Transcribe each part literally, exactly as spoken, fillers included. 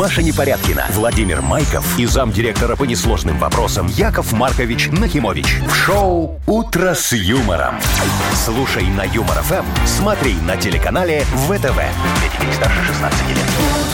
Маша Непорядкина, Владимир Майков и замдиректора по несложным вопросам Яков Маркович Нахимович. В шоу «Утро с юмором». Слушай на Юмор ФМ, смотри на телеканале ВТВ. Для детей старше шестнадцати лет.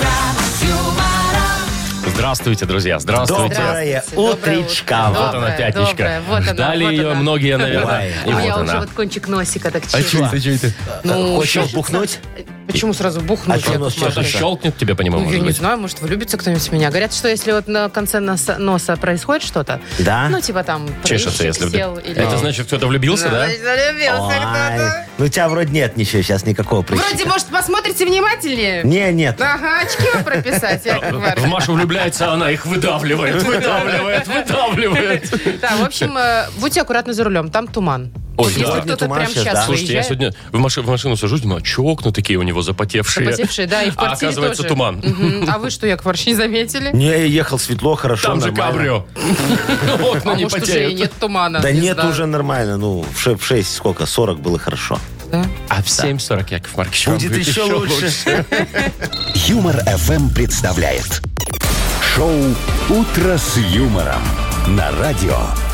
Здравствуйте, друзья, здравствуйте. Доброе Доброе утречка. утро. Вот она, пятничка. Доброе, вот она, Ждали вот ее она. многие, наверное. Ой. И У вот меня уже она. вот кончик носика, так А чего? что это, что это? Ну, Хочешь сейчас- бухнуть? Почему сразу бухнуть? А что у Яков нас Что-то Маркович? щелкнет тебе по нему, Ну, я может не быть? знаю, может, влюбится кто-нибудь в меня. Говорят, что если вот на конце носа, носа происходит что-то, Да? ну, типа там Чешется, прыщик если... сел или... Это значит, кто-то влюбился, да? Значит, влюбился Ой, кто-то. ну у тебя вроде нет ничего сейчас, никакого прыщика. Вроде, может, посмотрите внимательнее? Не, нет. Ага, очки вы прописать, Яков В Маркович. Машу влюбляется, она их выдавливает, выдавливает, выдавливает. Да, в общем, э, будьте аккуратны за рулем, там туман. Ой, Вот да. если Сегодня кто-то туман прямо сейчас, сейчас да. Слушайте, я выезжает, сегодня в, маши- в машину сажусь, думаю, а че окна такие у него запотевшие? запотевшие, да, и в А квартире оказывается, тоже. туман. Мгм. А вы что, Яков Маркович, не заметили? Не, я ехал светло, хорошо, Там же нормально. кабрио. Окна А не может, уже и потеют. нет тумана? Да не нет, знаю. уже нормально. Ну, в ше- в шесть сколько? сорок было хорошо. Да? А в семь сорок, Яков Маркович, вам Будет еще лучше. Юмор ФМ представляет шоу «Утро с юмором» на радио.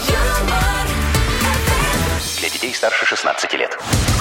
Для детей старше шестнадцати лет.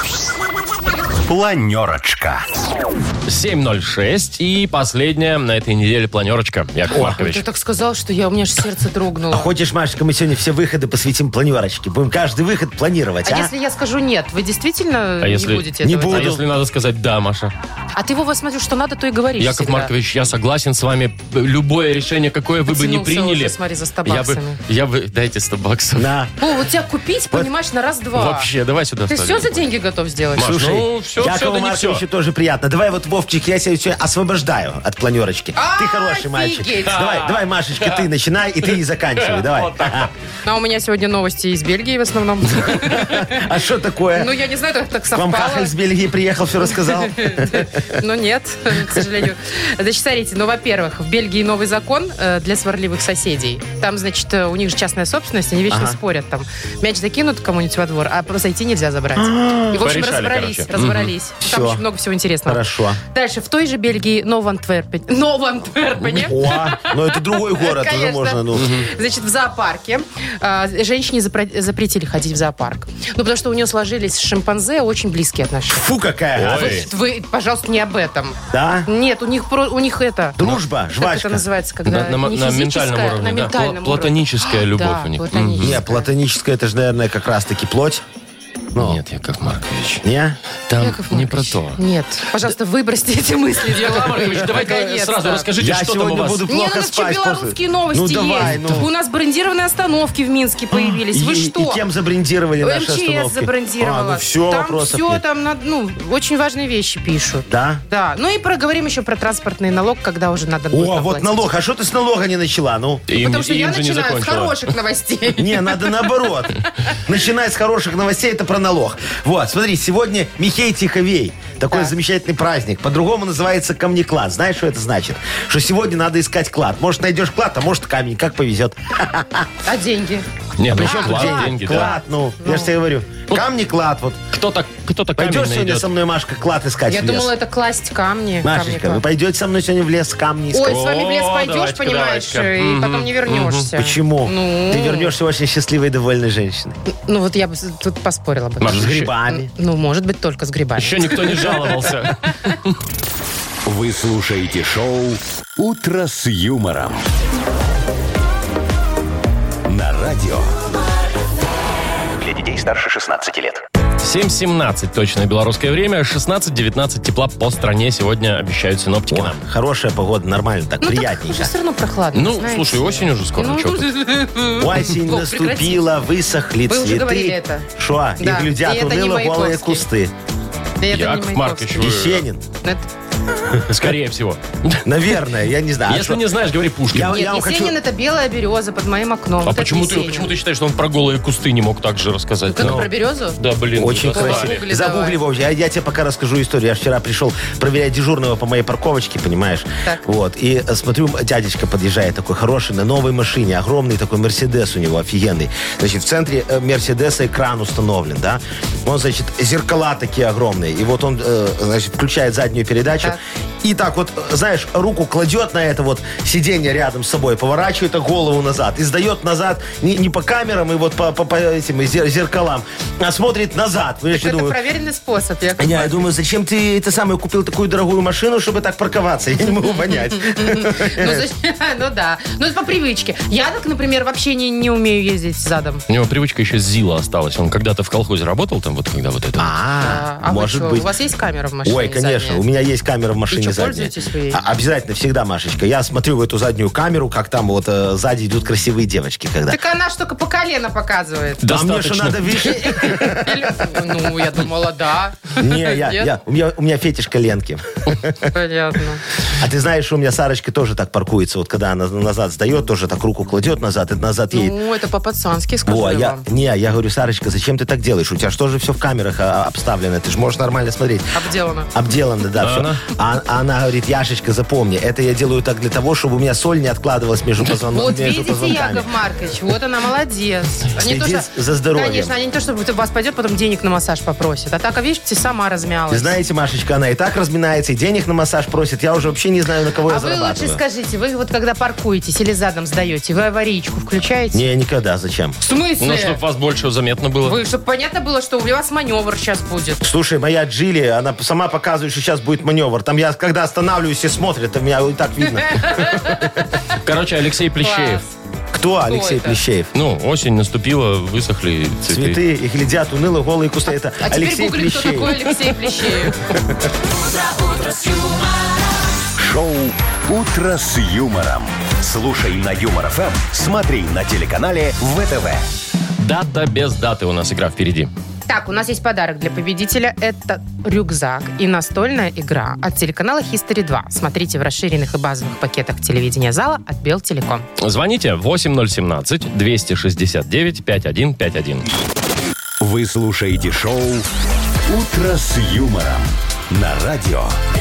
Планерочка. семь ноль шесть и последняя на этой неделе планерочка. Яков Маркович. Ты так сказал, что я, у меня аж сердце дрогнуло. А хочешь, Машечка, мы сегодня все выходы посвятим планерочке. Будем каждый выход планировать, А а? если я скажу нет, вы действительно А не если- будете Не этого буду. А делать? если надо сказать «да», Маша? А ты, Вова, смотрю, что надо, то и говоришь Яков всегда. Маркович, я согласен с вами. Любое решение, какое вы бы не Потянулся приняли. уже, смотри, за сто я бы, баксами. я бы... Дайте сто баксов. На. О, вот тебя купить, понимаешь, на раз-два. Вообще, давай сюда Ты ставим. все за деньги готов сделать? Маш, Слушай, ну, всё, всё, Якову да не Марковичу всё. тоже приятно. Давай вот, Вовчик, я себя сегодня освобождаю от планерочки. Ты хороший мальчик. Офигеть. Давай, давай, Машечка, ты начинай, и ты и заканчивай. Давай. Ага. А у меня сегодня новости из Бельгии в основном. А что такое? Ну, я не знаю, так так Вам совпало. Хахаль из Бельгии приехал, все рассказал. Ну, нет, к сожалению. Значит, смотрите, ну, во-первых, в Бельгии новый закон э, для сварливых соседей. Там, значит, э, у них же частная собственность, они вечно Ага. спорят. Там мяч закинут кому-нибудь во двор, а зайти нельзя забрать. И, в общем, Порешали, разобрались, короче. разобрались. Там Всё. очень много всего интересного. Хорошо. Дальше, в той же Бельгии, Ново-Антверпене. Ново-Антверпене. О, ну это другой город, уже Конечно. можно, ну. Значит, в зоопарке а, женщине запра- запретили ходить в зоопарк. Ну, потому что у нее сложились с шимпанзе очень близкие отношения. Фу, какая. Ой. Вот вы, пожалуйста, не об этом. Да? Нет, у них, про- у них это... Дружба, Как это жвачка. называется, когда На, на- не на физическая, ментальном уровне, на да. ментальном Пла- уровне. Платоническая любовь Да, у них. платоническая. Не, платоническая, это же, наверное, как раз-таки плоть. Ну, Нет, Яков Маркович. не? Там Яков не про Маркович, то. Нет. Пожалуйста, выбросьте эти мысли. из Яков головы. Маркович, давайте Наконец-то. сразу расскажите, Я что там у сегодня вас. буду Не, ну плохо это что, спать. белорусские после. новости Ну, давай, есть. ну. У нас брендированные остановки в Минске появились. Вы И- что? И кем забрендировали наши МЧС остановки? забрендировала. А, ну все, там вопросов все, нет. там, надо, ну, очень важные вещи пишут. Да? Да. Ну и проговорим еще про транспортный налог, когда уже надо будет О, вот оплатить. налог. А что ты с налога не начала? Ну? Им, Потому что им я же не начинаю с закончила. хороших новостей. Не, надо наоборот. Начинать с хороших новостей, это про налог. Вот, смотри, сегодня Михей Тиховей. Такой Да. замечательный праздник. По-другому называется камнеклад. Знаешь, что это значит? Что сегодня надо искать клад. Может, найдешь клад, а может, камень. Как повезет. А деньги? Не, ну, Причем тут клад, деньги? деньги, да. Клад, ну, я же тебе говорю. Камни, клад, вот. Кто-то, кто-то камень Пойдешь сегодня найдет. со мной, Машка, клад искать Я в лес? думала, это класть камни. камни Машечка, вы класть. пойдете со мной сегодня в лес камни искать? Ой, с вами в лес О, пойдешь, давайте-ка, понимаешь, давайте-ка. и Мгм. потом не вернешься. Почему? Ну. Ты вернешься очень счастливой и довольной женщиной. Ну вот я бы с- тут поспорила бы. Маш, С еще- грибами. Ну, может быть, только с грибами. Еще никто не жаловался. Вы слушаете шоу «Утро с юмором» на радио. Для детей старше шестнадцати лет. семь семнадцать точное белорусское время. шестнадцать-девятнадцать тепла по стране сегодня обещают синоптики О, нам. хорошая погода, нормально так, Ну, так приятненько. уже все равно прохладно, Ну, знаете. слушай, осень уже скоро. Ну, чё тут? Осень Вов, наступила, высохли Вы уже цветы. говорили это. Шо? И Да, глядят и это не уныло голые Маяковский. кусты. Да это не Яков Маяковский. Маркович, вы- Есенин. Это- Скорее всего. Наверное, я не знаю. А Если что? не знаешь, говори Пушкин. Я- Нет, вам Есенин хочу- это белая береза под моим окном. А Вот это почему ты, Есенин. почему ты считаешь, что он про голые кусты не мог так же рассказать? Как Ну, про березу? Да, блин, Очень вы достали. красиво. Загугли Загугли, давай. Вовчик. Я, я тебе пока расскажу историю. Я вчера пришел проверять дежурного по моей парковочке, понимаешь? Так. Вот. И э, смотрю, дядечка подъезжает такой хороший, на новой машине. Огромный такой Мерседес у него, офигенный. Значит, в центре э, Мерседеса экран установлен, да? Он, значит, зеркала такие огромные. И вот он, э, значит, включает заднюю передачу, Так. И так вот, знаешь, руку кладет на это вот сиденье рядом с собой, поворачивает голову назад и сдает назад не, не по камерам и вот по, по, по этим зер- зеркалам, а смотрит назад. Понимаешь, я Это думаю, проверенный способ, Яков не, я Маркович. думаю, зачем ты это самое купил такую дорогую машину, чтобы так парковаться? Я не могу понять. Ну, зачем? Ну да. Ну, это по привычке. Я так, например, вообще не, не умею ездить задом. У него привычка еще с ЗИЛа осталась. Он когда-то в колхозе работал, там вот когда вот это. А, А вы может что, быть. у вас есть камера в машине? Ой, конечно, задняя? у меня есть камера в И машине что, задняя. пользуетесь вы ей? А, обязательно, всегда, Машечка. Я смотрю в эту заднюю камеру, как там вот э, сзади идут красивые девочки. Когда. Так она ж только по колено показывает. А мне что Достаточно. надо, видишь? Или- Ну, я думала, да. Не, я, Нет? я, у, меня, у меня фетиш коленки. Понятно. А ты знаешь, что у меня Сарочка тоже так паркуется. Вот когда она назад сдает, тоже так руку кладет назад, и назад едет. Ну, это по-пацански, скажу Во, я я, вам. не, я говорю, Сарочка, зачем ты так делаешь? У тебя что же все в камерах а, обставлено? Ты же можешь нормально смотреть. Обделано. Обделано, да, А все. она? А, а она говорит, Яшечка, запомни, это я делаю так для того, чтобы у меня соль не откладывалась между, позвон... Вот между видите, позвонками. Яков Маркович, вот она молодец. А не то, Следит что- за здоровьем. Конечно, они не то, чтобы у вас пойдет, потом денег на массаж попросит. А так, а видите, сама размялась. Вы знаете, Машечка, она и так разминается, и денег на массаж просит. Я уже вообще не знаю, на кого я А вы лучше зарабатываю. скажите, вы вот когда паркуетесь или задом сдаете, вы аварийку включаете? Не, никогда, зачем? В смысле? Ну, чтобы вас больше заметно было. Вы, чтобы понятно было, что у вас маневр сейчас будет. Слушай, моя Джилли, она сама показывает, что сейчас будет маневр. Там я, когда останавливаюсь, все смотрят, а меня и так видно. Короче, Алексей Плещеев. Кто Алексей это? Плещеев? Ну, осень наступила, высохли цветы. Цветы, и глядят уныло, голые кусты. Это А Алексей теперь гугли, кто Плещеев. такой Алексей Плещеев. Шоу «Утро с юмором». Слушай на Юмор ФМ, смотри на телеканале ВТВ. Дата без даты у нас игра впереди. Так, у нас есть подарок для победителя. Это рюкзак и настольная игра от телеканала History два. Смотрите в расширенных и базовых пакетах телевидения зала от Белтелеком. Звоните восемь ноль семнадцать двести шестьдесят девять пятьдесят один пятьдесят один. Вы слушаете шоу «Утро с юмором» на радио.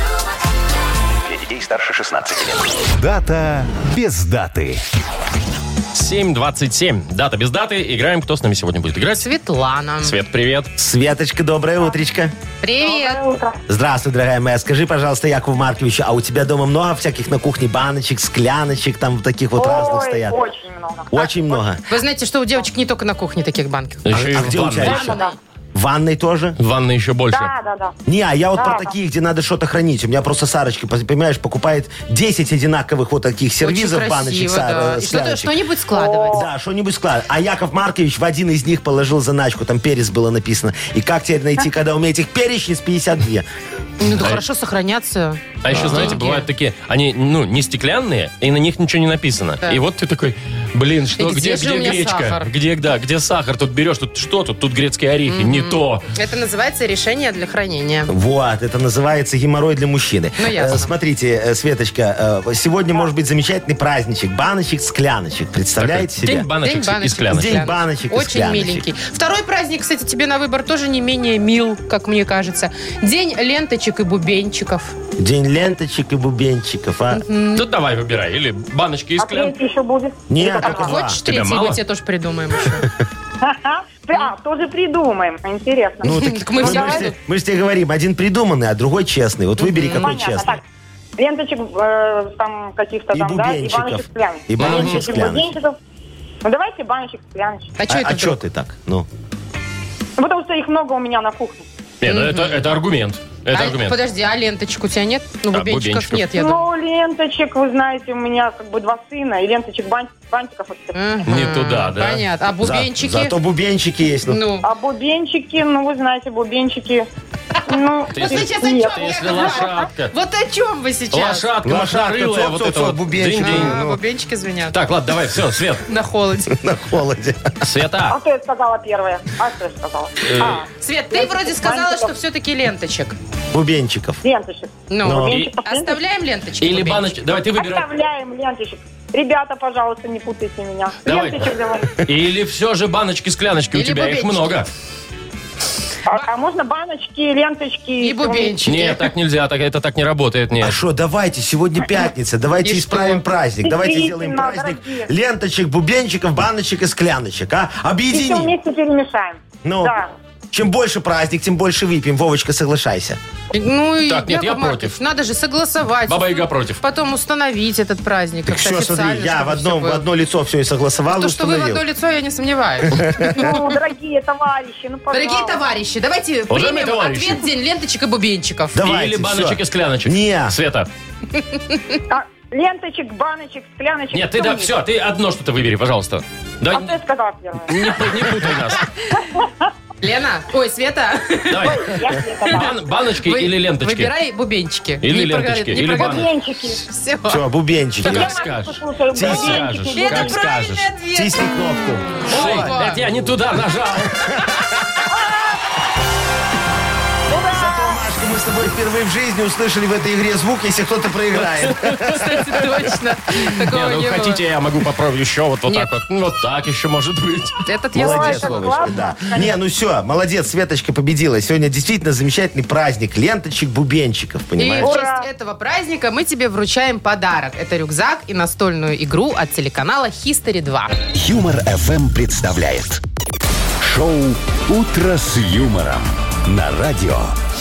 Для детей старше шестнадцати лет. Дата без даты. семь двадцать семь. Дата без даты. Играем. Кто с нами сегодня будет играть? Светлана. Свет, привет. Светочка, доброе утречко. Привет. Здравствуй, дорогая моя. Скажи, пожалуйста, Якову Марковичу, а у тебя дома много всяких на кухне баночек, скляночек, там таких вот разных Ой, стоят? очень много. Очень много. Вы знаете, что у девочек не только на кухне таких банков. Еще и а в где у тебя ванной. еще? Да, да, В ванной тоже? В ванной еще больше. да, да, да. Не, а я вот Да, про да. такие, где надо что-то хранить. У меня просто Сарочка, понимаешь, покупает десять одинаковых вот таких сервизов, Очень баночек, красиво, са- да. э, И что-то- скляночек. что-нибудь складывать. Да, что-нибудь складывать. А Яков Маркович в один из них положил заначку, там перец было написано. И как теперь найти, когда у меня этих перечниц пятьдесят два? Ну, да хорошо сохранятся. А еще, знаете, деньги. бывают такие, они, ну, не стеклянные, и на них ничего не написано. Да. И вот ты такой, блин, что, И где, где же где у меня гречка? сахар? Где, да, где сахар? Тут берешь, тут что тут? Тут грецкие орехи, не то. Это называется решение для хранения. Вот, это называется геморрой для мужчины. Ну, ясно. Э, Смотрите, э, Светочка, э, сегодня может быть замечательный праздничек. Баночек, скляночек. Представляете себе? День баночек, День баночек и скляночек. День баночек и Очень скляночек. миленький. Второй праздник, кстати, тебе на выбор тоже не менее мил, как мне кажется. День ленточек и бубенчиков. День ленточек и бубенчиков, а? Тут давай выбирай. Или баночки и А склянки. третий еще будет? Нет, Или только как? два. Хочешь Тебя третий, мало? мы тебе тоже придумаем еще. А, тоже придумаем. Интересно. Ну, так, Так мы ну, все мы, же, придумаем. мы же тебе говорим, один придуманный, а другой честный. Вот выбери, какой Понятно. честный. Так, ленточек э, там каких-то И там, да, и бубенчиков. баночек скляночек. И баночек Ленточек, скляночек. бубенчиков. Ну, давайте баночек скляночек. А что А, это что вдруг? ты так? Ну. Ну, потому что их много у меня на кухне. Нет, ну это, это аргумент. Это А, аргумент. подожди, а ленточек у тебя нет? Ну, А, бубенчиков бубенчиков? нет, я думаю. Ну, ленточек, вы знаете, у меня как бы два сына, и ленточек бан- бантиков. вот таких. Мгм. Не туда, да? Понятно. А За- бубенчики? зато бубенчики есть. Ну. Ну, А бубенчики, ну, вы знаете, бубенчики. Ну, Ты вот если- сейчас о нет. чем, Если Яков Маркович? лошадка. Вот о чем вы сейчас? Лошадка, Лошадка, машинорылая, вот цоп, это цоп, вот. бубенчик. Дынь-дынь. А, Ну. бубенчики звенят. Так, ладно, давай, все, Свет. На холоде. На холоде. А Света. что я сказала первое? А что я сказала? А, Свет, ты вроде сказала, бантиков. что все-таки ленточек. Бубенчиков. ленточек. Ну, Ну. Бубенчиков, ленточек. оставляем ленточки? Или бубенчики? баночки. Давай, ты выбирай. Оставляем ленточек. Ребята, пожалуйста, не путайте меня. Давай. Ленточек давай. Или все же баночки-скляночки, у Или тебя их бубенчики. много. А, а можно баночки, ленточки? И бубенчики. Нет, так нельзя, так, это так не работает, А нет. что, давайте, сегодня пятница, давайте И исправим что? праздник. Давайте Действительно, сделаем праздник дорогие. ленточек, бубенчиков, баночек и скляночек, а? И все Объединим. вместе перемешаем. Ну. Да. Чем больше праздник, тем больше выпьем. Вовочка, соглашайся. Ну, и, Так, нет, я Яков Маркович, против. Надо же согласовать. Баба Яга против. Потом установить этот праздник. Так как-то все, смотри, официально, я чтобы в, одном, всё в было. одно лицо все и согласовал, То, что вы в установил. одно лицо, я не сомневаюсь. Ну, дорогие товарищи, ну, пожалуйста. Дорогие товарищи, давайте Уважаемые примем товарищи. ответ «День ленточек и бубенчиков». Давайте, Или баночек всё. и скляночек. Не. Света. А, ленточек, баночек, скляночек. Нет, ты что да, у них? все, ты одно что-то выбери, пожалуйста. Да, А ты сказал первое. не, пу- не путай нас. Лена, ой, Света, Давай. Я Света, да. Бан- баночки вы- или ленточки? выбирай бубенчики. Или Не ленточки, прогадать, не или прогадать. Бубенчики. Все. Все, бубенчики. Так Я как скажешь. послушаю, Как бубенчики, скажешь. бубенчики. Как скажешь. ответ. Тисни кнопку. Ой, Шо? это я не туда нажал. Зато, Машка, мы с тобой впервые в жизни услышали в этой игре звук, если кто-то проиграет. Кстати, точно. Такого Не, ну не было. хотите, я могу попробовать еще вот, вот Нет. так вот. Ну, вот так еще может быть. Этот я Молодец, это Вовочка, классно. да. Не, ну все, молодец, Светочка победила. Сегодня действительно замечательный праздник ленточек, бубенчиков, И понимаешь? в Ура! честь этого праздника мы тебе вручаем подарок. Это рюкзак и настольную игру от телеканала History два. Юмор эф эм представляет шоу «Утро с юмором» на радио.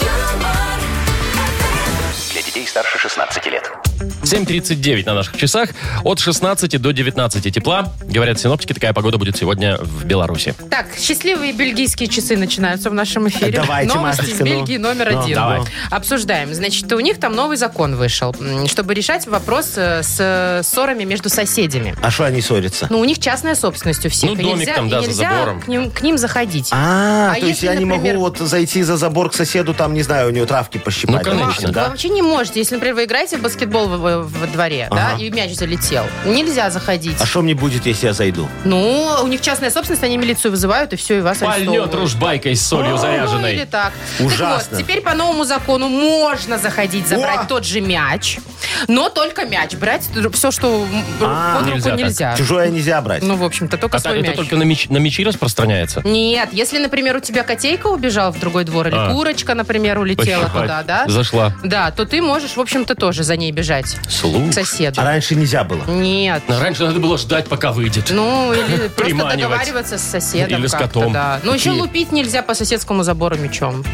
Для детей старше шестнадцати лет. семь тридцать девять на наших часах. От шестнадцати до девятнадцати тепла. Говорят синоптики, такая погода будет сегодня в Беларуси. Так, счастливые бельгийские часы начинаются в нашем эфире. Давайте, Новости Машечка, из ну. Бельгии номер Ну, один. давай. Обсуждаем. Значит, у них там новый закон вышел, м, чтобы решать вопрос э, с э, ссорами между соседями. А что они ссорятся? Ну, у них частная собственность у всех. Ну, и домик нельзя, там, и да, за нельзя забором. К ним, к ним заходить. А, А то есть если, я не например- могу вот зайти за забор к соседу, там, не знаю, у него травки пощипать. Ну, конечно. допустим, Вы да? вообще не можете. Если, например, вы играете в баскетбол во, во- во дворе, да, Ага. и мяч залетел, нельзя заходить. А что мне будет, если я зайду? Ну, у них частная собственность, они милицию вызывают, и все, и вас Пальнет арестовывают. ружбайкой с солью Ну, заряженной. или так. Ужасно. Так вот, теперь по новому закону можно заходить, забрать О! тот же мяч, но только мяч. Брать все, что м, А, под руку нельзя так. нельзя. Чужое нельзя брать. Ну, в общем-то, только А так свой это мяч. только на, меч- на мечи распространяется? Нет, если, например, у тебя котейка убежала в другой двор, или А. курочка, например, улетела Пощипать. туда, да? Зашла. Да, то ты можешь, в общем-то, тоже за ней бежать. Слушай. К соседу. А раньше нельзя было. Нет. Ну, раньше надо было ждать, пока выйдет. Ну, или просто Приманивать. договариваться с соседом Или с как-то, котом. да. Ну, еще Какие? лупить нельзя по соседскому забору мечом.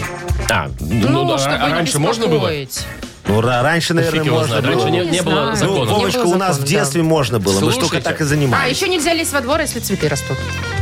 А, Ну, ну, да, чтобы а не раньше можно было? беспокоить. Ну, ра- раньше, наверное, Фиг его можно знает. было. Раньше не, Не не было знаю. Ну, законов. Не Вовочка, было у нас в закона, детстве можно было. Мы ж только Слушайте. так и А, занимались. еще нельзя лезть во двор, если цветы растут.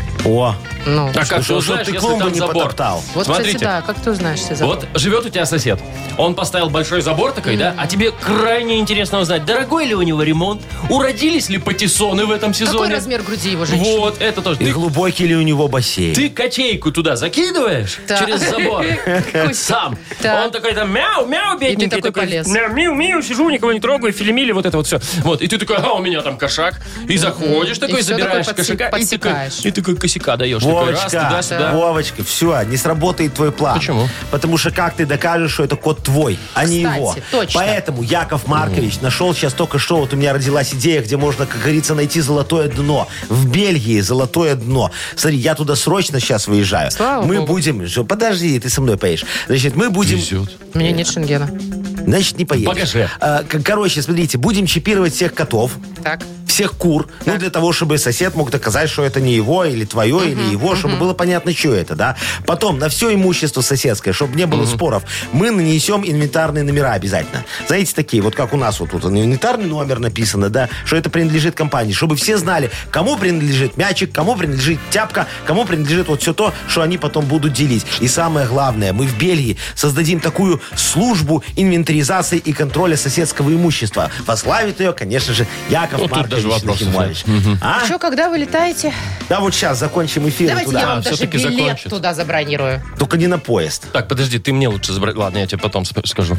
О, Ну, А как ты чтоб узнаешь, ты если клумбу там не забор? потоптал. вот, Смотрите. кстати, да, как ты узнаешь, если забор? Вот живет у тебя сосед. Он поставил большой забор такой, да? А тебе крайне интересно узнать, дорогой ли у него ремонт, уродились ли патиссоны в этом Какой сезоне. размер груди его женщины? Вот, это тоже. и Ты, глубокий ли у него бассейн? ты котейку туда закидываешь Да. через забор сам. Так. Он такой там мяу, мяу, бедненький. такой полез. Мяу, миу, миу, сижу, никого не трогаю, филимили, вот это вот все. Вот, и ты такой, а у меня там кошак. И заходишь такой, всё забираешь такой подси- кошака. И такой, подсекаешь. и такой косяка даешь. Такой раз, Вовочка, туда-сюда. Вовочка, все, не сработает твой план. Почему? Потому что как ты докажешь, что это кот твой, а не Кстати, его? точно. Поэтому Яков Маркович нашел сейчас только что, вот у меня родилась идея, где можно, как говорится, найти золотое дно. В Бельгии золотое дно. Смотри, я туда срочно сейчас выезжаю. Слава мы богу. будем... что, Подожди, ты со мной поедешь. Значит, мы будем... Везет. У меня нет шенгена. Значит, не поедешь. Багаже. А, к- короче, смотрите, будем чипировать всех котов. Так. Всех кур, ну, для того, чтобы сосед мог доказать, что это не его, или твое, или его, чтобы было понятно, что это, да. Потом, на все имущество соседское, чтобы не было споров, мы нанесем инвентарные номера обязательно. Знаете, такие, вот как у нас вот тут инвентарный номер написано, да, что это принадлежит компании, чтобы все знали, кому принадлежит мячик, кому принадлежит тяпка, кому принадлежит вот все то, что они потом будут делить. И самое главное, мы в Бельгии создадим такую службу инвентаризации и контроля соседского имущества. Возглавит ее, конечно же, Яков Ну, тут Маркович даже вопросов Нахимович. А? Что, когда вы летаете? Да вот сейчас закончим эфир и Давайте туда. я вам А, даже всё-таки билет закончит. туда забронирую. Только не на поезд. Так, подожди, ты мне лучше забрать. Ладно, я тебе потом сп- скажу.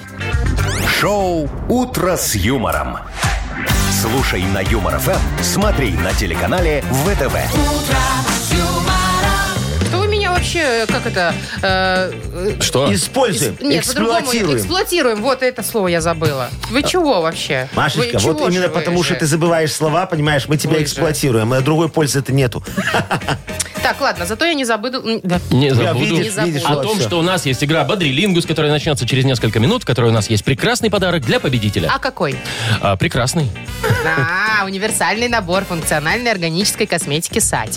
Шоу «Утро с юмором». Слушай на Юмор эф эм, смотри на телеканале вэ тэ вэ. Что вы меня вообще, как это... э, э, Что? Используем, ис- Нет, по-другому. эксплуатируем. Эксплуатируем. Вот это слово я забыла. Вы чего вообще? Машечка, Вы вот чего именно же вы потому, что же? ты забываешь слова, понимаешь, мы тебя Вы же. эксплуатируем, а другой пользы-то нету. Так, ладно, зато я не забыду... м, да. Не Я забуду. видишь, Не забуду. видишь, О вот том, всё. что у нас есть игра «Бодрилингус», которая начнется через несколько минут, в которой у нас есть прекрасный подарок для победителя. А какой? А, прекрасный. А, универсальный набор функциональной органической косметики Сатева.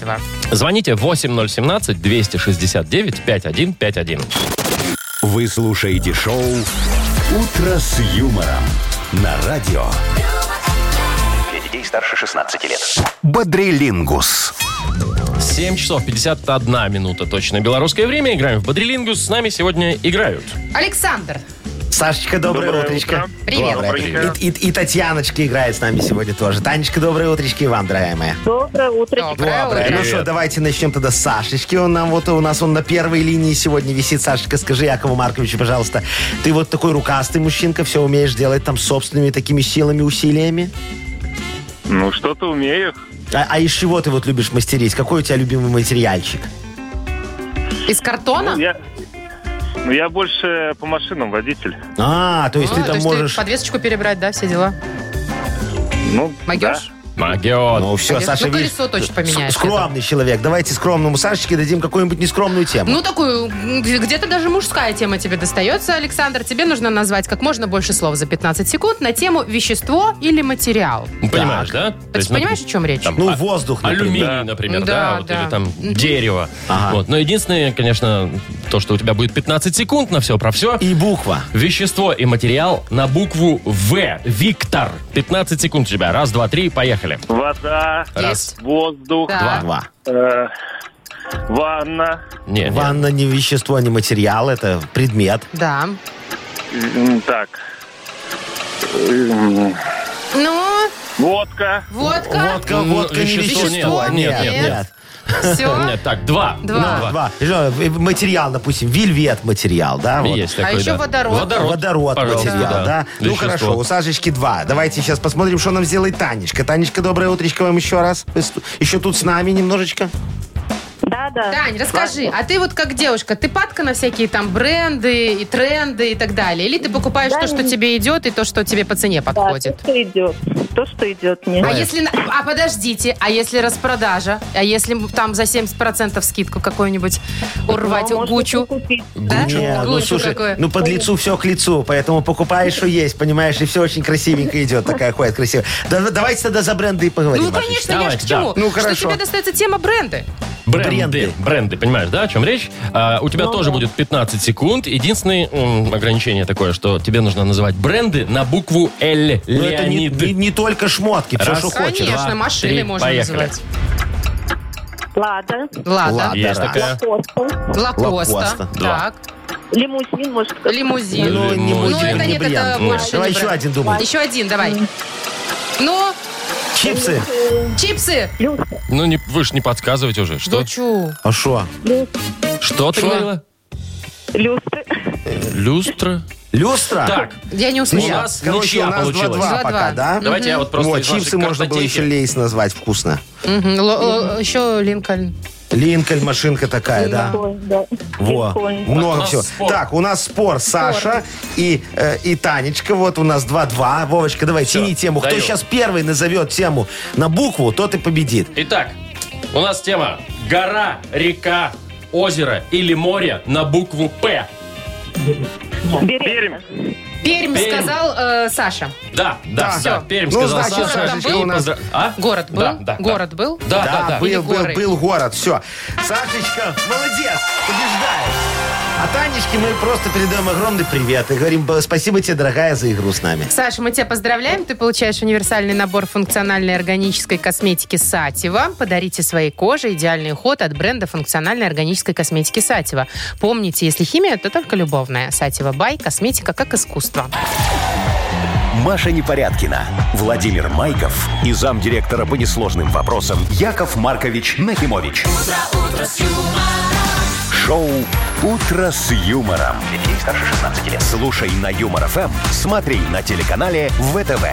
Звоните восемь ноль один семь двести шестьдесят девять пятьдесят один пятьдесят один. Вы слушаете шоу «Утро с юмором» на радио. Для детей старше шестнадцати лет. Бодрилингус. семь часов пятьдесят одна минута точно белорусское время. Играем в Бодрилингус. С нами сегодня играют. Александр. Сашечка, доброе, Доброе утречко. утро. Привет. Доброе. Привет. И, и- и Татьяночка играет с нами сегодня тоже. Танечка, доброе утречко и вам, дорогая моя. Доброе утро. Доброе Доброе. утро. Ну что, давайте начнем тогда с Сашечки. Он нам вот у нас он на первой линии сегодня висит. Сашечка, скажи Якову Марковичу, пожалуйста, ты вот такой рукастый мужчинка, все умеешь делать там собственными такими силами, усилиями? Ну, что-то умею. А, а из чего ты вот любишь мастерить? Какой у тебя любимый материальчик? Из картона? Ну, я, ну, я больше по машинам водитель. А, то есть Ну, ты то там есть можешь... ты подвесочку перебрать, да, все дела? Ну, Могешь? Магиот. Ну все, Конечно. Саша, Ну, видишь, колесо точно поменяешь, с- скромный человек. Давайте скромному Сашечке дадим какую-нибудь нескромную тему. Ну, такую, м, где-то даже мужская тема тебе достается, Александр. Тебе нужно назвать как можно больше слов за пятнадцать секунд на тему вещество или материал. Ну, понимаешь, да? То Ты есть, понимаешь, о чем речь? там, Ну, а- воздух, например. Алюминий, например, да, Да, вот, да. или там Мгм. дерево. Ага. Вот. Но единственное, конечно, то, что у тебя будет пятнадцать секунд на все про все. И буква. Вещество и материал на букву В. Виктор. пятнадцать секунд у тебя. Раз, два, три, поехали. вода, Есть. воздух, Да. Два. э, ванна, Не, не. Ванна не вещество, не материал, это предмет. Да. м, так, м, Ну, водка, водка. Водка, Ну, водка не вещество вещество. нет. Нет, Нет, нет, нет, нет. Все. Нет, так, два. Два. Ну, Два. Что, э, Материал, допустим, вельвет материал, да? вот. Есть такой, А еще да. водород. Водород, Водород пожалуйста, материал, да? Ну Вещество. хорошо, у Сашечки два. Давайте сейчас посмотрим, что нам сделает Танечка. Танечка, доброе утречко вам еще раз. Вы с- еще тут с нами немножечко. Да, да. Тань, расскажи, а ты вот как девушка, ты падка на всякие там бренды и тренды и так далее? Или ты покупаешь Да, то, что не- тебе идет, и то, что тебе по цене Да, подходит? то, что идет. То, что идет мне. А если... на- А подождите, а если распродажа? А если там за семьдесят процентов скидку какую-нибудь урвать Ну, можете Гуччу? купить. Да? Не, ну Гуччу слушай, какое? ну под лицу все к лицу, поэтому покупаешь, что есть, понимаешь, и все очень красивенько идет, такая ходит красиво. Да, давайте тогда за бренды и поговорим. Ну, Машечка. конечно, я ж Давайте, к чему? да. Ну, Что хорошо. тебе достается тема бренды? Бренды. Бренды. Бренды. понимаешь, да, о чем речь? А, у тебя Ну, тоже да. будет пятнадцать секунд. Единственное м, ограничение такое, что тебе нужно называть бренды на букву Л. Ну, это не, Леонид. не- не только шмотки, все, Раз. что хочешь. Конечно, два, машины три, можно поехали. называть. Лада, Лада. Лада. Есть раз. такая. Лакоста, Лакоста. Лакоста. Два. Так. лимузин, может. Лимузин. Ну, не Ну, мой, Ну, не это нет, это бриллиант. больше Давай не еще бренд. один думай. Еще один, давай. Ну, Чипсы. чипсы. Люстра, Ну, не, вы ж не подсказывайте уже. Что, Да чу. А что? что ты Шо? говорила? люстры. Люстра. Люстра? Так, Я не у услышала. нас Короче, ничья у нас получилась. два-два Два-два. пока, да? Давайте я вот просто Вот, из вашей чипсы можно было картотеки- еще лейс назвать, вкусно. Мгм. Л- л- Еще Линкольн. Линкольн, машинка такая, да? Ой, да. Во, Линкольн. много у нас всего. спор. Так, у нас спор Саша и, э, и Танечка. Вот у нас два-два. Вовочка, давай, Всё, тяни тему. Кто даю. сейчас первый назовет тему на букву, тот и победит. Итак, у нас тема гора, река, озеро или море на букву П. Беременна. Пермь, Пермь. сказал э, Саша. Да, да, Всё. да. Пермь Ну, сказал значит, Саша. Сашечка, И у нас- поздра- А? Город был? Да, да, да. Город был? Да, да, да. был, Или был, горы. был город. Все. Сашечка, молодец, побеждаешь. А Танечке мы просто передаем огромный привет и говорим б- спасибо тебе, дорогая, за игру с нами. Саша, мы тебя поздравляем. Ты получаешь универсальный набор функциональной органической косметики Сатева. Подарите своей коже идеальный уход от бренда функциональной органической косметики Сатева. Помните, если химия, то только любовная. Сатева Бай. Косметика как искусство. Маша Непорядкина, Владимир Майков и замдиректора по несложным вопросам Яков Маркович Нахимович. Шоу «Утро с юмором». Для детей старше шестнадцати лет. Слушай на Юмор ФМ, смотри на телеканале ВТВ.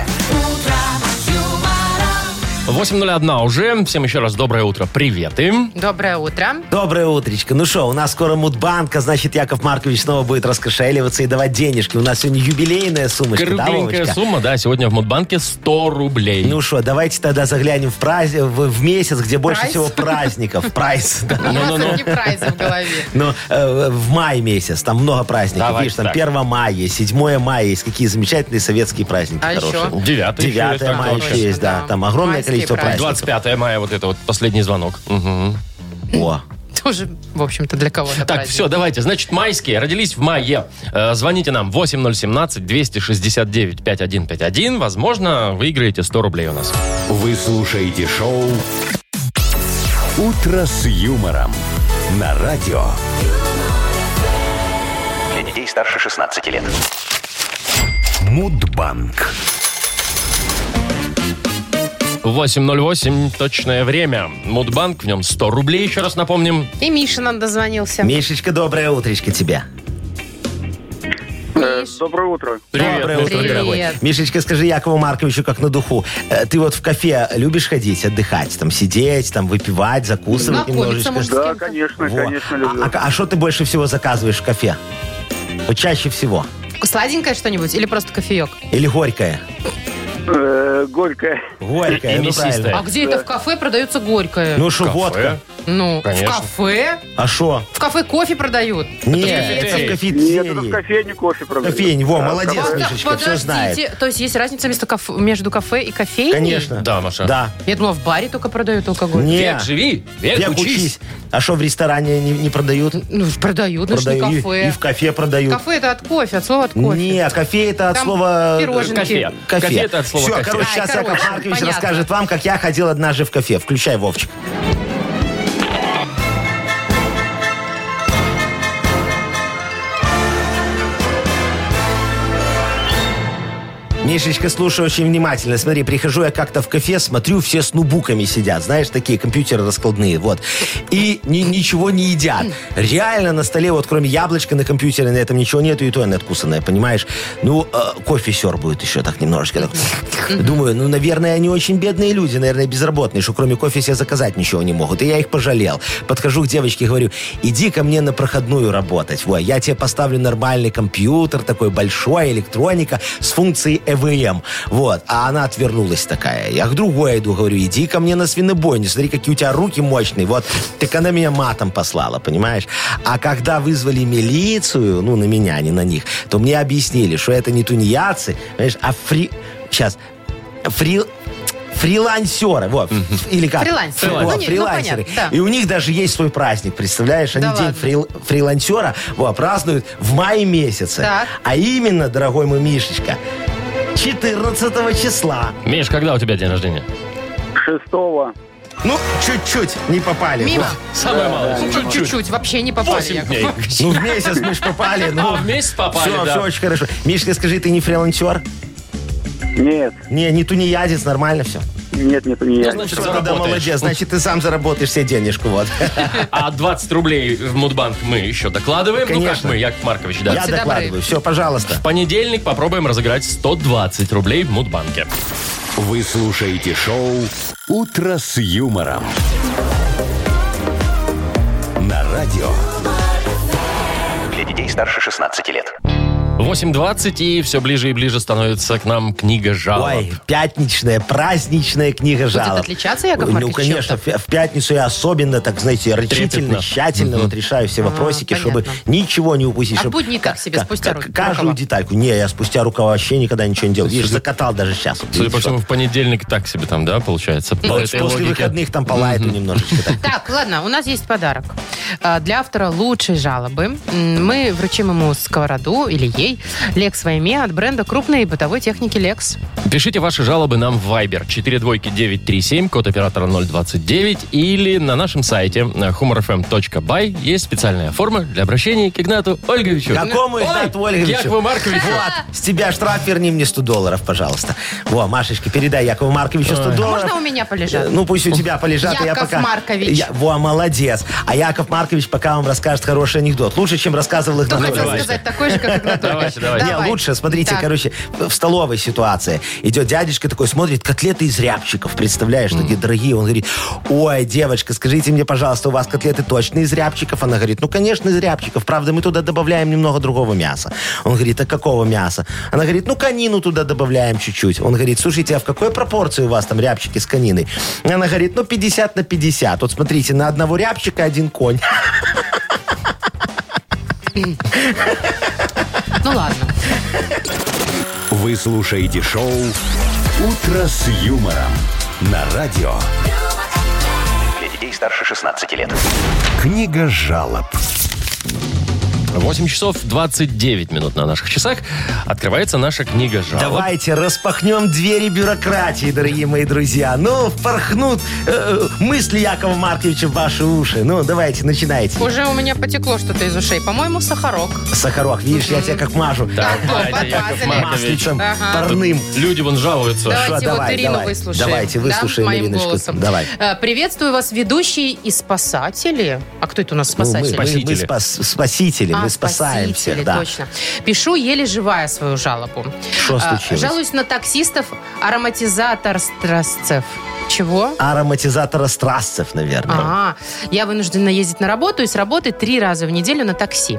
восемь ноль один уже. Всем еще раз доброе утро. Привет им. Доброе утро. Доброе утречко. Ну что, у нас скоро Мудбанк, а значит, Яков Маркович снова будет раскошеливаться и давать денежки. У нас сегодня юбилейная сумочка, да, Кругленькая Вовочка? сумма, да, сегодня в Мудбанке сто рублей. Ну что, давайте тогда заглянем в, праз... в, в месяц, где больше Прайс? всего праздников. Прайс, да. У нас одни прайзы в голове. Ну, э, в мае месяц, там много праздников. Давайте Видишь, там так. первое мая, седьмое мая есть. Какие замечательные советские праздники А хорошие. еще? Девятое еще есть, девятое так мая точно. еще есть, да. Да. Там огромное Майские количество праздники. праздников. двадцать пятое мая, вот это вот последний звонок. Угу. О. Тоже, в общем-то, для кого-то Так, праздник. все, давайте. Значит, майские. Родились в мае. Э, звоните нам восемь ноль один семь двести шестьдесят девять пятьдесят один пятьдесят один. Возможно, выиграете сто рублей у нас. Вы слушаете шоу «Утро с юмором» на радио. Для детей старше шестнадцати лет. Мудбанк. восемь ноль восемь, точное время. Мудбанк, в нем сто рублей, еще раз напомним. И Миша нам дозвонился. Мишечка, доброе утречко тебе. Э, Доброе утро. Привет, Доброе Миш. утро, Привет. дорогой. Мишечка, скажи Якову Марковичу, как на духу. э, Ты вот в кафе любишь ходить, отдыхать? Там сидеть, там выпивать, закусывать Знакомиться, немножечко? может, с Да, кем-то. конечно, Во. конечно, люблю. А что ты больше всего заказываешь в кафе? Вот чаще всего. Сладенькое что-нибудь или просто кофеек? Или горькое? Э, Горькое. Горькое, И ну мясистое. правильно. А где это в кафе продается горькое? Ну что, Кафе. водка. Ну, Конечно. в кафе? А что? В кафе кофе продают. Нет, кафетерий. это в Нет, это в кафетерии. кофейне кофе продают. Кофейне, во, А, молодец, кафе- Мишечка, все знает. Подождите, то есть есть разница между кафе, между кафе и кофейней? Конечно. Да, Маша. Да. Я думала, в баре только продают алкоголь. Не. Век живи, век, Век учись. учись. А что в ресторане не, не продают? Ну, продают, ну что не Продают. И, кафе. и в кафе продают. Кафе это от кофе, от слова от кофе. Не, кофе это от Там слова... пироженки. Кофе. Кофе. Кофе это от слова Все, кофе. короче, Ай, сейчас короче, Яков Маркович понятно. расскажет вам, как я ходил однажды в кафе. Включай, Вовчик. Мишечка, слушай очень внимательно. Смотри, прихожу я как-то в кафе, смотрю, все с ноутбуками сидят. Знаешь, такие компьютеры раскладные. Вот. И ни- ничего не едят. Реально на столе, вот кроме яблочка на компьютере, на этом ничего нету, и то не откусанное, понимаешь? Ну, э, кофе сербуют еще так немножечко. Так. Думаю, ну, наверное, они очень бедные люди, наверное, безработные, что кроме кофе себе заказать ничего не могут. И я их пожалел. Подхожу к девочке и говорю, иди ко мне на проходную работать. Во, я тебе поставлю нормальный компьютер, такой большой, электроника, с функцией и ви эм. Вот. А она отвернулась такая. Я к другой иду, говорю, иди ко мне на свинобойню, смотри, какие у тебя руки мощные. Вот. Так она меня матом послала, понимаешь? А когда вызвали милицию, ну, на меня, а не на них, то мне объяснили, что это не тунеядцы, понимаешь, а фри... Сейчас. Фри... Фрилансеры, вот, или как? Фрилансеры. Вот, Ну, не- ну, фрилансеры. понятно, да. И у них даже есть свой праздник, представляешь? Они Да день ладно. фрил- фрилансера вот, празднуют в мае месяце. Так. А именно, дорогой мой Мишечка, четырнадцатого числа. Миш, когда у тебя день рождения? Шестого. Ну, чуть-чуть не попали. Мимо. Самое малое, Ну, чуть-чуть. Чуть-чуть, вообще не попали. Восемь Яков дней. Маркович. Ну, в месяц мы ж попали. Ну, А, в месяц попали, все, да. все очень хорошо. Мишка, скажи, ты не фрилансер? Нет, Не, не тунеядец, нормально все. нет, нет, нет. Значит, Все, тогда заработаешь. молодец. Значит, ты сам заработаешь себе денежку. Вот. А двадцать рублей в Мудбанк мы еще докладываем. Ну как Конечно. мы, Яков Маркович, да. Я Будьте докладываю. Все, пожалуйста. В понедельник попробуем разыграть сто двадцать рублей в Мудбанке. Вы слушаете шоу «Утро с юмором». На радио. Для детей старше шестнадцати лет. восемь двадцать, и все ближе и ближе становится к нам книга жалоб. Ой, пятничная, праздничная книга жалоб. отличаться, Яков Ну, Маркович, конечно, в, в пятницу я особенно, так, знаете, рачительно, Трепетно. тщательно вот решаю все вопросики, чтобы понятно. ничего не упустить. А чтоб будни как ка- себе, ка- спустя ка- ру- Каждую рукава? детальку. Не, я спустя рукава вообще никогда ничего не делал. Видишь, закатал даже сейчас. Вот Судя видишь, по всему, что. в понедельник так себе там, да, получается? По Вот этой после логике. выходных там по лайту немножечко так. Так, ладно, у нас есть подарок. А, Для автора лучшей жалобы м, мы вручим ему сковороду или ей Lex Вайме от бренда крупной бытовой техники Lex. Пишите ваши жалобы нам в Viber четыре двойки девять три семь, код оператора ноль двадцать девять, или на нашем сайте humor эф эм точка бай есть специальная форма для обращения к Игнату Ольговичу. Какому Ой, Игнату Ольговичу? Якову Марковичу. Вот, с тебя штраф, верни мне сто долларов, пожалуйста. Во, Машечка, передай Якову Марковичу сто долларов. Можно у меня полежать? Э, Ну, пусть у тебя полежат, а я Яков пока... Маркович. Я- Во, молодец. А Яков Маркович пока вам расскажет хороший анекдот. Лучше, чем рассказывал Кто Игнат хотел Ольгович. сказать такой же, как Игнат Ольгович? Давайте, давайте. Не, Давай. лучше, смотрите, Так. короче, в столовой ситуация. Идет дядечка такой, смотрит, котлеты из рябчиков, представляешь, такие дорогие. Он говорит, ой, девочка, скажите мне, пожалуйста, у вас котлеты точно из рябчиков? Она говорит, ну, конечно, из рябчиков. Правда, мы туда добавляем немного другого мяса. Он говорит, а какого мяса? Она говорит, ну, конину туда добавляем чуть-чуть. Он говорит, слушайте, а в какой пропорции у вас там рябчики с кониной? Она говорит, ну, пятьдесят на пятьдесят. Вот смотрите, на одного рябчика один конь. Ну ладно. Вы слушаете шоу «Утро с юмором» на радио. Для детей старше шестнадцати лет. Книга жалоб. восемь часов двадцать девять минут на наших часах. Открывается наша книга жалоб. Давайте распахнем двери бюрократии, дорогие мои друзья. Ну, впорхнут э, мысли Якова Марковича в ваши уши. Ну, давайте, начинайте. Уже у меня потекло что-то из ушей. По-моему, сахарок. Сахарок, видишь, я тебя как мажу. Давайте, Яков Маркович. Маслицем Ага. парным. Люди вон жалуются. Давайте Шо, вот давай, Ирину давай. выслушаем. Давайте, выслушаем да, моим Ириночку. голосом. Давай. Э, Приветствую вас, ведущие и спасатели. А кто это у нас Ну, мы, спасатели? мы- мы Спасители. спас- спасители, А, мы спасаем спасители, всех. Да. точно. Пишу еле живая свою жалобу. Что А, случилось? Жалуюсь на таксистов ароматизатор-страсцев. Чего? Ароматизатора страстцев, наверное. А, я вынуждена ездить на работу и с работы три раза в неделю на такси.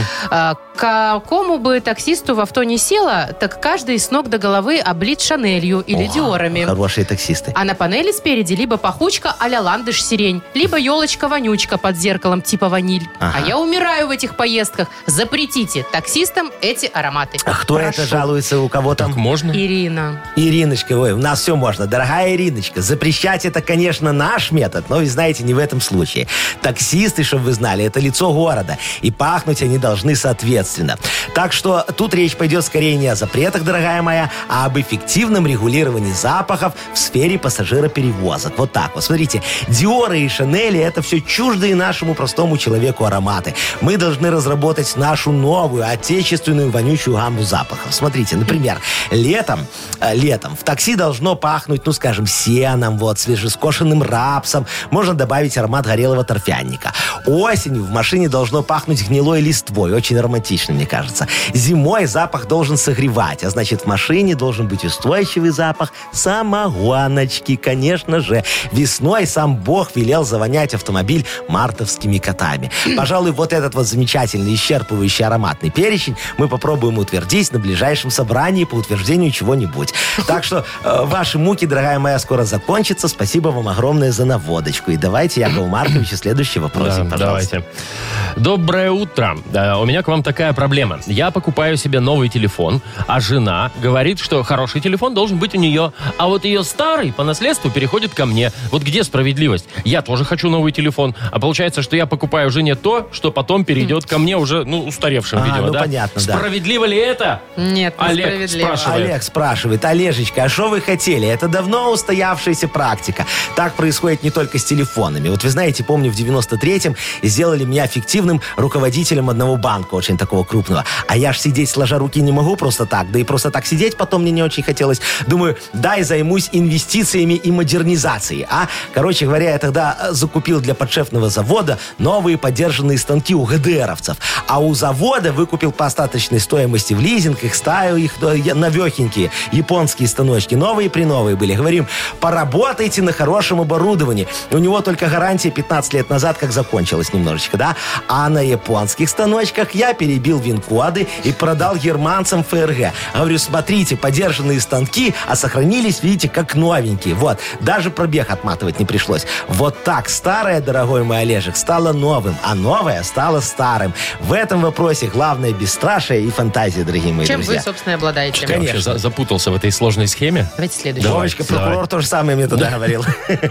А, какому бы таксисту в авто не села, так каждый с ног до головы облит Шанелью или О, Диорами. Хорошие таксисты. А на панели спереди либо пахучка а-ля ландыш-сирень, либо елочка-вонючка под зеркалом типа ваниль. Ага. А я умираю в этих поездках. Запретите таксистам эти ароматы. А кто Прошу. это жалуется, у кого там? Так можно? Ирина. Ириночка, ой, у нас все можно. Дорогая Ириночка, запрещать это, конечно, наш метод, но, вы знаете, не в этом случае. Таксисты, чтобы вы знали, это лицо города, и пахнуть они должны соответственно. Так что тут речь пойдет скорее не о запретах, дорогая моя, а об эффективном регулировании запахов в сфере пассажироперевозок. Вот так вот. Смотрите, Диоры и Шанели — это все чуждые нашему простому человеку ароматы. Мы должны разработать нашу новую, отечественную вонючую гамму запахов. Смотрите, например, летом, э, летом в такси должно пахнуть, ну, скажем, сеном, вот, свежескошенным рапсом. Можно добавить аромат горелого торфяника. Осенью в машине должно пахнуть гнилой листвой. Очень романтично, мне кажется. Зимой запах должен согревать, а значит, в машине должен быть устойчивый запах самогоночки, конечно же. Весной сам Бог велел завонять автомобиль мартовскими котами. Пожалуй, вот этот вот замечательный, исчерпывающий ароматный перечень мы попробуем утвердить на ближайшем собрании по утверждению чего-нибудь. Так что э, ваши муки, дорогая моя, скоро закончатся. Спасибо вам огромное за наводочку. И давайте, Якову Марковичу, следующий вопрос, Да, пожалуйста. давайте. Доброе утро. Да, у меня к вам такая проблема. Я покупаю себе новый телефон, а жена говорит, что хороший телефон должен быть у нее, а вот ее старый по наследству переходит ко мне. Вот где справедливость? Я тоже хочу новый телефон, а получается, что я покупаю жене то, что потом перейдет ко мне уже, ну, устаревшим, А, видимо, ну, да? понятно, да. Справедливо ли это? Нет, Олег несправедливо. спрашивает. Олег спрашивает: Олежечка, а что вы хотели? Это давно устоявшаяся практика. Так происходит не только с телефонами. Вот вы знаете, помню, в девяносто третьем сделали меня фиктивным руководителем одного банка, очень такого крупного. А я ж сидеть сложа руки не могу просто так. Да и просто так сидеть потом мне не очень хотелось. Думаю, дай займусь инвестициями и модернизацией. А, короче говоря, я тогда закупил для подшефного завода новые подержанные станки у ГДРовцев. А у завода выкупил по остаточной стоимости в лизинг, их ставил их навехенькие японские станочки. Новые при новые были. Говорим, поработайте на хорошем оборудовании. У него только гарантия пятнадцать лет назад как закончилась немножечко, да? А на японских станочках я перебил вин-коды и продал германцам ФРГ. Говорю, смотрите, подержанные станки, а сохранились, видите, как новенькие. Вот. Даже пробег отматывать не пришлось. Вот так старое, дорогой мой Олежек, стало новым, а новое стало старым. В этом вопросе главное бесстрашие и фантазия, дорогие мои Чем друзья. вы, собственно, и обладаете? Я вообще за- запутался в этой сложной схеме. Давайте следующий. Давай. Вовочка, прокурор то же самое мне тогда говорил.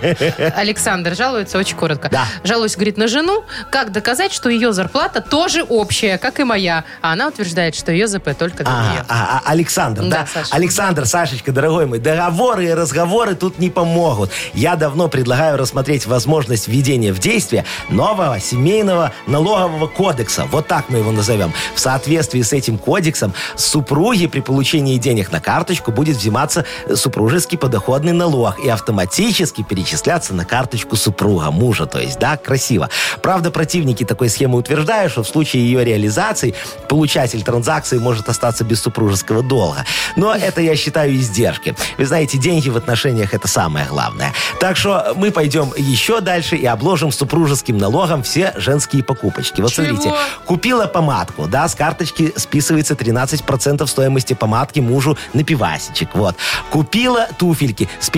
Александр жалуется очень коротко. Да. Жалуюсь, говорит, на жену. Как доказать, что ее зарплата тоже общая, как и моя? А она утверждает, что ее ЗП только для А, нее. а, а, Александр, да? Да, Саша. Александр, Сашечка, дорогой мой, договоры и разговоры тут не помогут. Я давно предлагаю рассмотреть возможность введения в действие нового семейного налогового кодекса. Вот так мы его назовем. В соответствии с этим кодексом супруги при получении денег на карточку будет взиматься супружеский подоходный налог и автоматически перечисляться на карточку супруга, мужа, то есть, да, красиво. Правда, противники такой схемы утверждают, что в случае ее реализации получатель транзакции может остаться без супружеского долга. Но это, я считаю, издержки. Вы знаете, деньги в отношениях — это самое главное. Так что мы пойдем еще дальше и обложим супружеским налогом все женские покупочки. Вот Чего? смотрите, купила помадку, да, с карточки списывается тринадцать процентов стоимости помадки мужу на пивасичек. Вот. Купила туфельки, спишем двадцать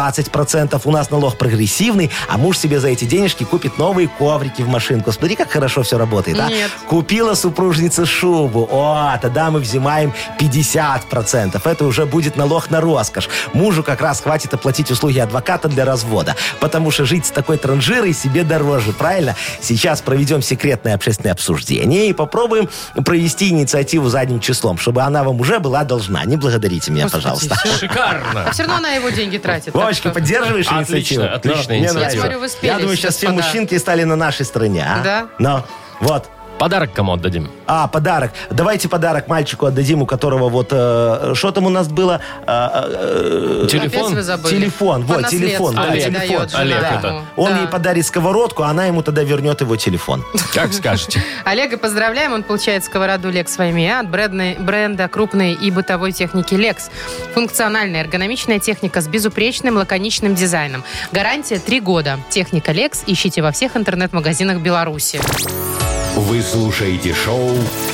двадцать процентов. У нас налог прогрессивный, а муж себе за эти денежки купит новые коврики в машинку. Смотри, как хорошо все работает, а? Нет. Купила супружница шубу. О, тогда мы взимаем пятьдесят процентов. Это уже будет налог на роскошь. Мужу как раз хватит оплатить услуги адвоката для развода. Потому что жить с такой транжирой себе дороже, правильно? Сейчас проведем секретное общественное обсуждение и попробуем провести инициативу задним числом, чтобы она вам уже была должна. Не благодарите меня, Господи, пожалуйста. всё. Шикарно. А все равно она его деньги тратит. так Вовочка, что- поддерживаешь Отлично, инициативу? отличная Ну, мне инициатива. нравится. Я смотрю, вы спелись, Я думаю, сейчас все господа. мужчинки стали на нашей стороне, а? Да. Ну, вот. Подарок кому отдадим? А, подарок. Давайте подарок мальчику отдадим, у которого вот... э, что там у нас было? Э, э, Телефон? Опять вы забыли. Телефон, По вот, наследству телефон, да, Олег. телефон. Дает жена Олег ему. это. Он Да. ей подарит сковородку, а она ему тогда вернет его телефон. Как скажете. Олега поздравляем, он получает сковороду Lex Ваймия от бренда, бренда крупной и бытовой техники Lex. Функциональная эргономичная техника с безупречным лаконичным дизайном. Гарантия три года. Техника Lex ищите во всех интернет-магазинах Беларуси. Вы слушаете шоу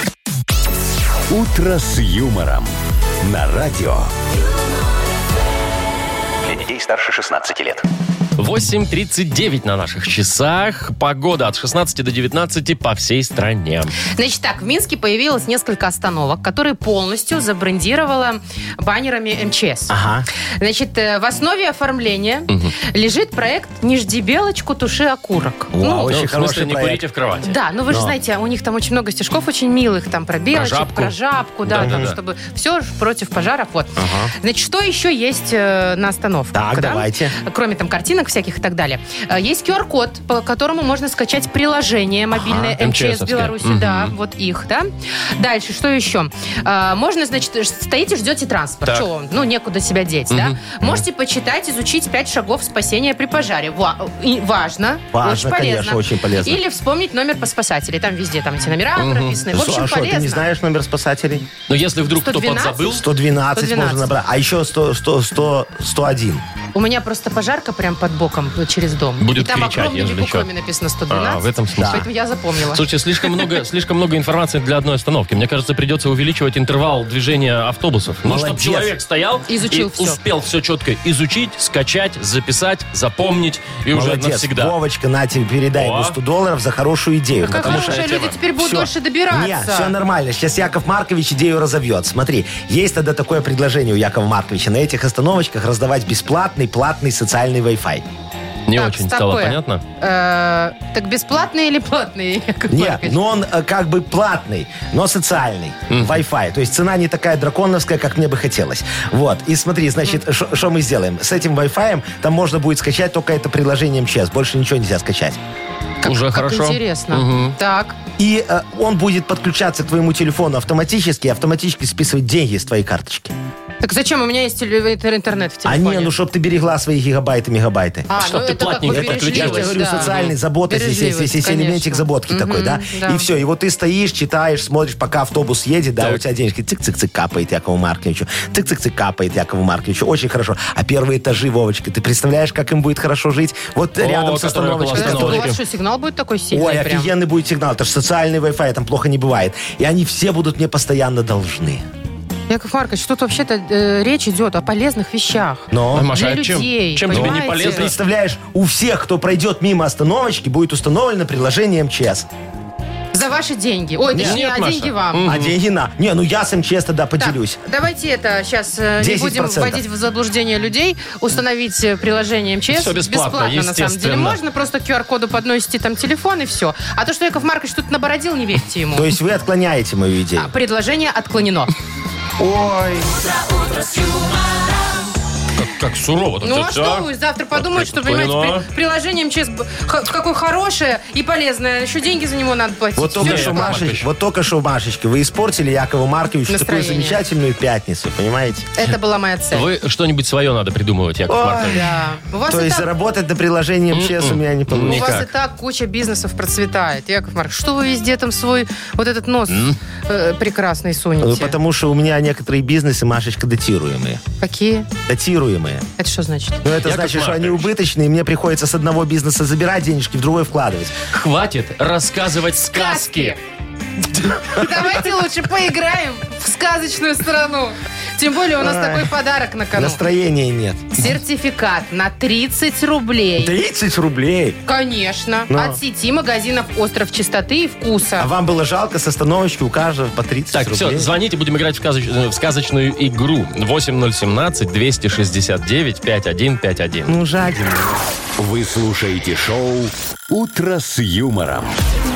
«Утро с юмором» на радио. Для детей старше шестнадцати лет. восемь тридцать девять на наших часах. Погода от шестнадцати до девятнадцати по всей стране. Значит так, в Минске появилось несколько остановок, которые полностью забрендировала баннерами эм че эс. Ага. Значит, э, в основе оформления лежит проект «Не жди белочку, туши окурок». Вау, Ну, очень Ну, в смысле, хороший не проект. курите в кровати. да, ну вы же знаете, у них там очень много стишков очень милых, там про белочек, жабку. про жабку, да, Да, там, да, да. чтобы все против пожаров. Вот. Значит, что еще есть э, на остановках? Так, да? давайте. Кроме там картинок всяких и так далее. Э, Есть ку ар код, по которому можно скачать приложение мобильное эм че эс эм че эсовское. Беларуси. Да, вот их, да. Дальше, что еще? Э, Можно, значит, стоите, ждете транспорт. Так. Что вам? Ну, некуда себя деть, да? Можете почитать, изучить пять шагов спасения при пожаре. Ва- и важно, Важно, очень полезно. конечно, очень полезно. Или вспомнить номер по спасателей. Там везде там эти номера прописаны. В общем, а что, полезно. ты не знаешь номер спасателей? Но если вдруг сто кто двенадцать? подзабыл, сто двенадцать сто можно двенадцать. набрать. А еще сто, сто, сто, сто один. У меня просто пожарка прям под боком через дом. Будет и там кричать, огромными ежели буквами что. написано сто двенадцать. А, в этом смысле. Поэтому я запомнила. Слушайте, слишком много, слишком много информации для одной остановки. Мне кажется, придется увеличивать интервал движения автобусов. Ну, чтобы Молодец. человек стоял Изучил и всё. успел все четко изучить, скачать, записать, запомнить и уже Молодец. навсегда. Вовочка, на тебе, передай О. ему сто долларов за хорошую идею. Какая потому что хорошая, люди тема. теперь будут Всё. дольше добираться. Не, все нормально. Сейчас Яков Маркович идею разовьет. Смотри, есть тогда такое предложение у Якова Марковича. На этих остановочках раздавать бесплатный, платный социальный Wi-Fi. Не Так, очень стопэ. стало понятно. Э, Так бесплатные или платные, Яков Нет, Маркович? но он э, как бы платный, но социальный. Wi-Fi. То есть цена не такая драконовская, как мне бы хотелось. Вот. И смотри, значит, что мы сделаем? С этим Wi-Fi там можно будет скачать только это приложение эм че эс. Больше ничего нельзя скачать. Как- Уже как хорошо. интересно. Мгм. Так. И э, он будет подключаться к твоему телефону автоматически, и автоматически списывать деньги с твоей карточки. Так зачем? У меня есть теле- интернет в А телефоне. не, ну чтоб ты берегла свои гигабайты, мегабайты. А, Чтоб ну ты это как платненько бы подключилась. Я же говорю, бережливость, да. социальный забота, здесь есть, Бережливость, здесь есть элементик конечно. заботки Мгм, такой, да? да. И все, и вот ты стоишь, читаешь, смотришь, пока автобус едет, да, Так. у тебя денежки цик-цик-цик капает Якову Марковичу, цик-цик-цик капает Якову Марковичу, очень хорошо. А первые этажи, Вовочка, ты представляешь, как им будет хорошо жить? Вот О, рядом с которые около остановочкой. Подожди, у остановочки. вас что, сигнал будет такой сильный? Ой, прям? офигенный будет сигнал, это же социальный Wi-Fi, там плохо не бывает. И они все будут мне постоянно должны. Яков Маркович, тут вообще-то э, речь идет о полезных вещах. Но... А, Маша, Для а чем, людей, чем тебе не понимаете? Ты полезно? представляешь, у всех, кто пройдет мимо остановочки, будет установлено приложение эм че эс. За ваши деньги. Ой, Нет, точнее, нет, а Маша. деньги вам. Мгм. А деньги на. Не, ну я с эм че эс тогда Так, поделюсь. давайте это сейчас не десять будем процентов. вводить в заблуждение людей, установить э, приложение эм че эс Всё бесплатно, на самом деле. естественно. Можно просто ку ар коду подносите там телефон и все. А то, что Яков Маркович тут набородил, не верьте ему. То есть вы отклоняете мою идею. А, предложение отклонено. Ой. Как, как сурово. Ну а что вы завтра подумают, что, понимаете, Отклонено. при- приложение эм че эс б- х- какое хорошее и полезное. Еще деньги за него надо платить. Вот Всё только, Нет, что, бесплатно. Маркович. Машечка, вот только что, Машечка, вы испортили Якову Марковичу такую Настроение. замечательную пятницу, понимаете? Это была моя цель. Вы что-нибудь свое надо придумывать, Яков Ой. Маркович. Да. У вас, То и есть так, заработать на приложении эм че эс у меня не у получится. вас Никак. и так куча бизнесов процветает, Яков Маркович. Что вы везде там свой вот этот нос э, прекрасный Ну, сунете? Потому что у меня некоторые бизнесы, Машечка, датируемые. Какие? Датируемые. Это что значит? Ну, это Яков значит, что они Маркович. убыточные, и мне приходится с одного бизнеса забирать денежки, в другой вкладывать. Хватит рассказывать сказки. Давайте лучше поиграем в сказочную страну. Тем более у нас такой подарок на кону. Настроения нет. Сертификат на тридцать рублей. тридцать рублей. Конечно. Ну. От сети магазинов «Остров чистоты» и вкуса. А вам было жалко с остановочки у каждого по тридцать Так, рублей? все, звоните, будем играть в, сказоч- в сказочную игру. восемь ноль семнадцать двести шестьдесят девять пятьдесят один пятьдесят один. Ну, жаден. Вы слушаете шоу «Утро с юмором».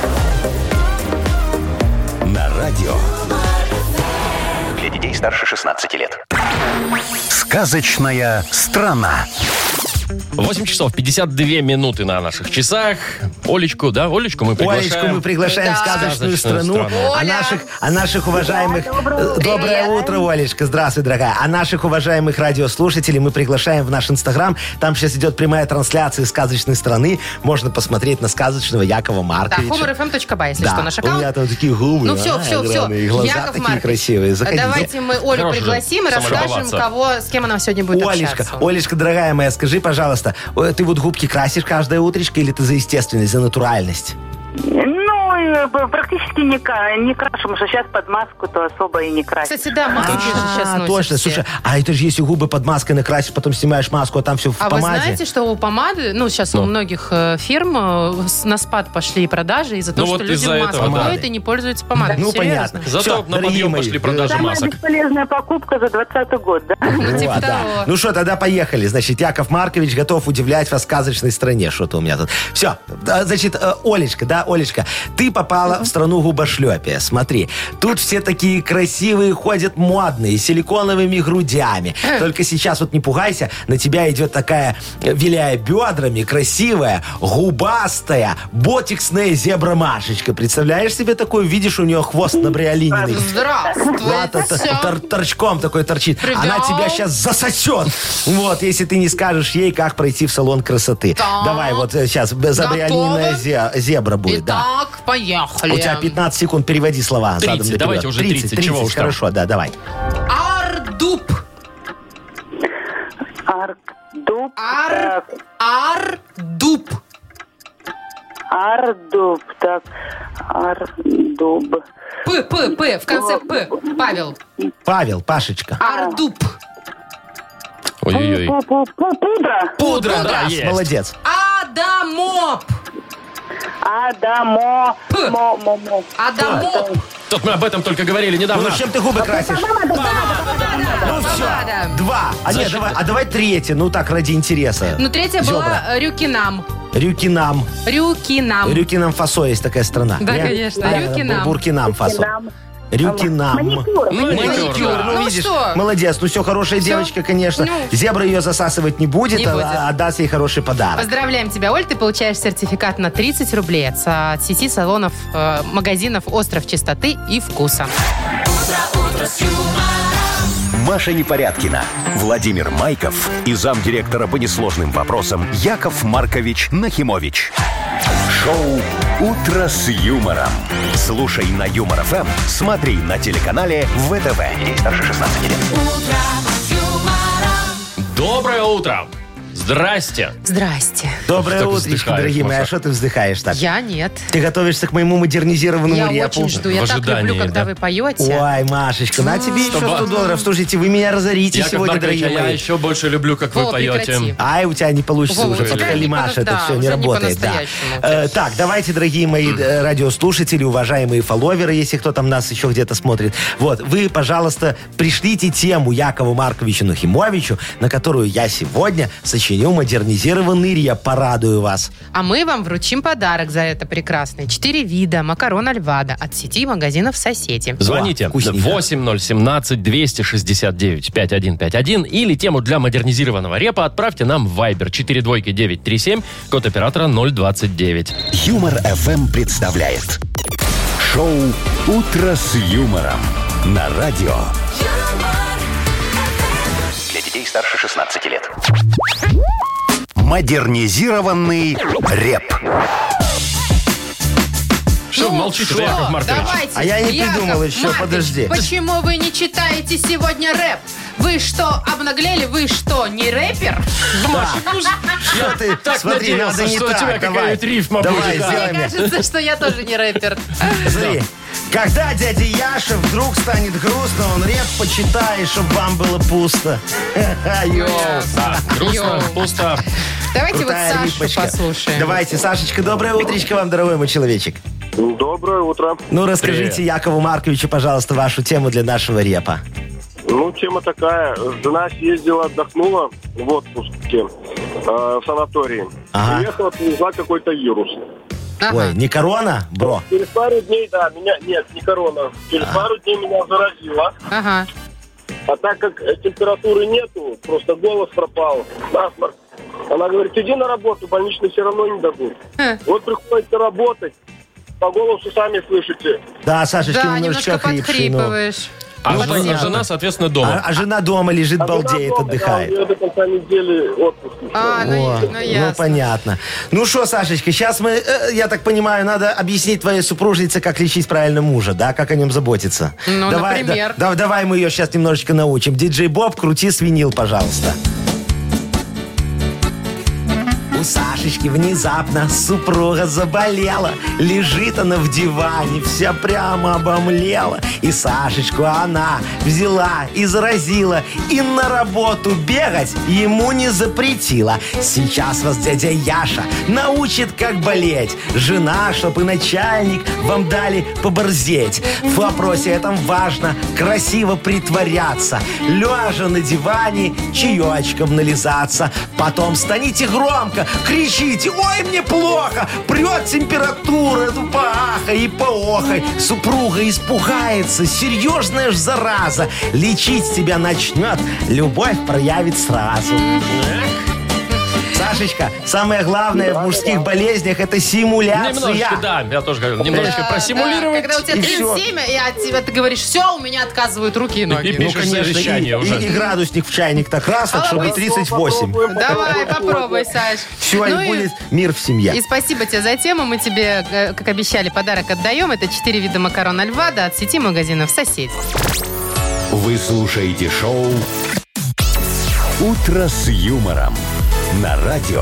На радио. Для детей старше шестнадцати лет. Сказочная страна. восемь часов пятьдесят две минуты на наших часах. Олечку, да, Олечку мы приглашаем. Олечку мы приглашаем Да. в сказочную, Сказочную страну. страну. А Оля. наших, а наших уважаемых... доброе утро. Доброе Привет. утро, Олечка. Здравствуй, дорогая. А наших уважаемых радиослушателей мы приглашаем в наш Инстаграм. Там сейчас идет прямая трансляция из сказочной страны. Можно посмотреть на сказочного Якова Да, Марковича. humor эф эм точка бай, если Да, что, наш у аккаунт. меня там такие губы. Ну все, а, все, все. огромные, и глаза Яков такие Маркович, красивые. Заходите. давайте мы Олю Хорош же пригласим и расскажем, самолюбоваться. кого, с кем она сегодня будет Олечка, общаться. Олечка, дорогая моя, скажи, пожалуйста, э, ты вот губки красишь каждое утречко или ты за естественность, за натуральность? Ну, э, п- практически не, ка- не крашу, потому что сейчас под маску то особо и не крашу. Кстати, да, маски же сейчас А, носят точно. все. Слушай, а это же если губы под маской накрасишь, потом снимаешь маску, а там все в А вы помаде. знаете, что у помады, ну, сейчас у многих э, фирм э, с- на спад пошли продажи из-за Ну того, вот что люди из-за маску этого, да. моют и не пользуются помадой. Ну, Серьезно. понятно. Зато Всё, на дорогие подъем мои, пошли продажи Самая масок. бесполезная покупка за двадцатый год, да? Ну, типа Вот, да. того. Ну что, тогда поехали. Значит, Яков Маркович готов удивлять вас в сказочной стране. Что-то у меня тут. Все. Значит, э, Олечка, да, Олечка, ты попала в страну губошлепия. Смотри, тут все такие красивые ходят, модные, с силиконовыми грудями. Только сейчас вот не пугайся, на тебя идет такая, э, виляя бедрами, красивая, губастая, ботиксная зебра Машечка. Представляешь себе такую? Видишь, у нее хвост набриолиненный. Да, т- т- Здравствуйте. тор- торчком такой торчит. Привет. Она тебя сейчас засосет. Вот, если ты не скажешь ей, как пройти в салон красоты. Так. Давай, вот сейчас забриолиненная зе- зебра будет. Да. Итак, поехали. У тебя пятнадцать секунд, переводи слова. задом тридцать, наперед. давайте уже тридцать, чего уж там. Хорошо, да, давай. Ардуп. Ардуб. Ар... Так, Ардуп. Ардуб. Так, Ардуб. П, П, П, в конце П. Павел. Павел, Пашечка. Ардуп. Ой-ой-ой. Пу- пу- пу- Пудра. Пудра, да, да, есть. молодец. Адамоп. Адамо. П. Мо, мо, мо. Адамоп. Тут мы об этом только говорили Ну, недавно. ну, чем ты губы красишь? Ну, все. Помада. Два. А, нет, Значит, давай, а давай третье, ну так, ради интереса. Ну, третья Зебра. была э, Рюкинам. Рюкинам. Рюкинам. Рюкинам Фасо есть такая страна. Да, не? конечно, Да, Рюкинам. Буркинам Фасо. Нам. Рюкинам. Маникюр. Маникюр, Маникюр, да. ну, Ну видишь, что? молодец. Ну все, хорошая девочка, конечно. Ну. Зебра ее засасывать не будет, Не а- будет. а отдаст ей хороший подарок. Поздравляем тебя, Оль. Ты получаешь сертификат на тридцать рублей от, са- от сети салонов, э, магазинов «Остров чистоты» и «Вкуса». Маша Непорядкина, Владимир Майков и замдиректора по несложным вопросам Яков Маркович Нахимович. Шоу «Утро с юмором». Слушай на Юмор ФМ, смотри на телеканале ВТВ. Ей старше шестнадцати лет. Доброе утро. Здрасте. Здрасте. Доброе Так утречко, вздыхаешь, дорогие мои. А Маша. что ты вздыхаешь так? Я нет. Ты готовишься к моему модернизированному Я репу? очень жду. Я В так ожидании, люблю, когда да. вы поете. Ой, Машечка, на тебе еще Чтобы- сто долларов. Слушайте, вы меня разорите Яков сегодня, Маркович, дорогие а я мои. еще больше люблю, как вы Во, поете. прекрати. Ай, у тебя не получится Вова, уже, у тебя подхали, не по- Маша, это да, все не уже не работает. Да. по-настоящему. Э, так, давайте, дорогие мои э, радиослушатели, уважаемые фолловеры, если кто там нас еще где-то смотрит, вот, вы, пожалуйста, пришлите тему Якову Марковичу Нахимовичу, на которую я сегодня сочиню модернизированный реп, порадую вас. А мы вам вручим подарок за это прекрасное. Четыре вида макарон Альвада от сети магазинов «Соседи». Звоните О, вкусненько. восемь ноль семнадцать двести шестьдесят девять пятьдесят один пятьдесят один или тему для модернизированного репа отправьте нам в Viber четыре двойки девять три семь, код оператора ноль двадцать девять. Юмор ФМ представляет шоу «Утро с юмором» на радио. Для детей старше шестнадцати лет. Модернизированный реп. Что вы молчите, шо, Яков Маркович? Давайте, А я не Яков придумал еще, Маркович, подожди. Почему вы не читаете сегодня рэп? Вы что, обнаглели? Вы что, не рэпер? Что ты, так смотри, надеялся, надо не что у так, тебя давай. какая-нибудь рифма Давай, будет, да. сделай Мне мне. кажется, что я тоже не рэпер. Смотри, Когда дяде Яше вдруг станет грустно, он реп почитает, чтобы вам было пусто. Йоу. Да, грустно, Йоу. пусто. Давайте Крутая вот Сашу рифмочка. послушаем. Давайте, Сашечка, доброе утречко вам, дорогой мой человечек. Доброе утро. Ну, расскажите Привет. Якову Марковичу, пожалуйста, вашу тему для нашего репа. Ну, тема такая. Жена съездила, отдохнула в отпуске э, в санатории. Ага. Приехала, привезла какой-то вирус. Ага. Ой, не корона, бро? Через пару дней, да, меня... Нет, не корона. Через пару дней меня заразило. Ага. А так как э, температуры нету, просто голос пропал, насморк. Она говорит, иди на работу, больничный все равно не дадут. Хм. Вот приходится работать. По голосу сами слышите. Да, Сашечка, Да, немножечко немножко хрипший. ну. подхрипываешь. А Ну, жена, понятно. жена, соответственно, А, дома. а жена дома лежит, А балдеет, жена дома, отдыхает. Да, у нее до конца недели отпуск. А, ну, О, ну, ясно. понятно. Ну что, Сашечка, сейчас мы, э, я так понимаю, надо объяснить твоей супружнице, как лечить правильно мужа, да, как о нем заботиться. Ну, давай, например. да- да- давай мы ее сейчас немножечко научим. Диджей Боб, крути свинил, пожалуйста. У Сашечки внезапно супруга заболела. Лежит она в диване, вся прямо обомлела. И Сашечку она взяла и заразила. И на работу бегать ему не запретила. Сейчас вас дядя Яша научит, как болеть. Жена, чтоб и начальник вам дали поборзеть. В вопросе этом важно красиво притворяться. Лежа на диване, чаечком нализаться. Потом станите громко, кричите: ой, мне плохо, прет температура, ну, поахай и поохай. Супруга испугается, серьезная ж зараза. Лечить тебя начнет, любовь проявит сразу. Сашечка, самое главное в мужских болезнях — это симуляция. Немножечко, да, я тоже говорю, немножечко Да, просимулировать. да, когда у тебя и тридцать семь, и от тебя ты говоришь, все, у меня отказывают руки и ноги. И пишешь завещание и, уже. и- и градусник в чайник так раз, так, чтобы тридцать восемь. Давай, попробуй, Саш. Все, Ну и и- будет мир в семье. И спасибо тебе за тему. Мы тебе, э, как обещали, подарок отдаем. Это четыре вида макарон Альвада от сети магазинов «Соседи». Вы слушаете шоу «Утро с юмором» на радио.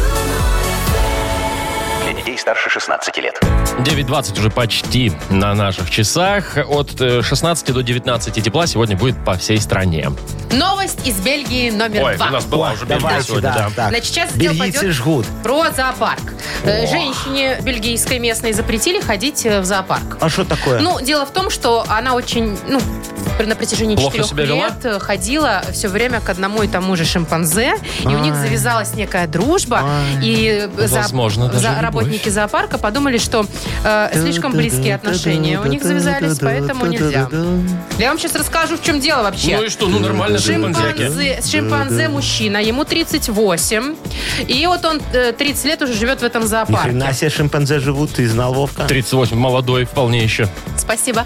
Для детей старше шестнадцати лет. девять двадцать уже почти на наших часах. От э, шестнадцати до девятнадцати тепла сегодня будет по всей стране. Новость из Бельгии номер Ой, два. у нас была О, уже Бельгия давайте, сегодня, да, да. так. Значит, сейчас дело Бельгийцы пойдет жгут. про зоопарк. Э, Женщине бельгийской местной запретили ходить э, в зоопарк. А что такое? Ну, дело в том, что она очень, ну, на протяжении Плохо четырех себя вела? лет э, ходила все время к одному и тому же шимпанзе, и у них завязалась некая дружба, и э, зоо- Возможно, даже зоо- любовь. работники зоопарка подумали, что э, слишком близкие отношения у них завязались, поэтому нельзя. Я вам сейчас расскажу, в чем дело вообще. Ну и что, ну нормально шимпанзяки. Шимпанзе, шимпанзе мужчина, ему тридцать восемь, и вот он э, тридцать лет уже живет в этом Ни зоопарке. хрена себе шимпанзе живут, ты знал, Вовка? тридцать восемь, молодой вполне еще. Спасибо.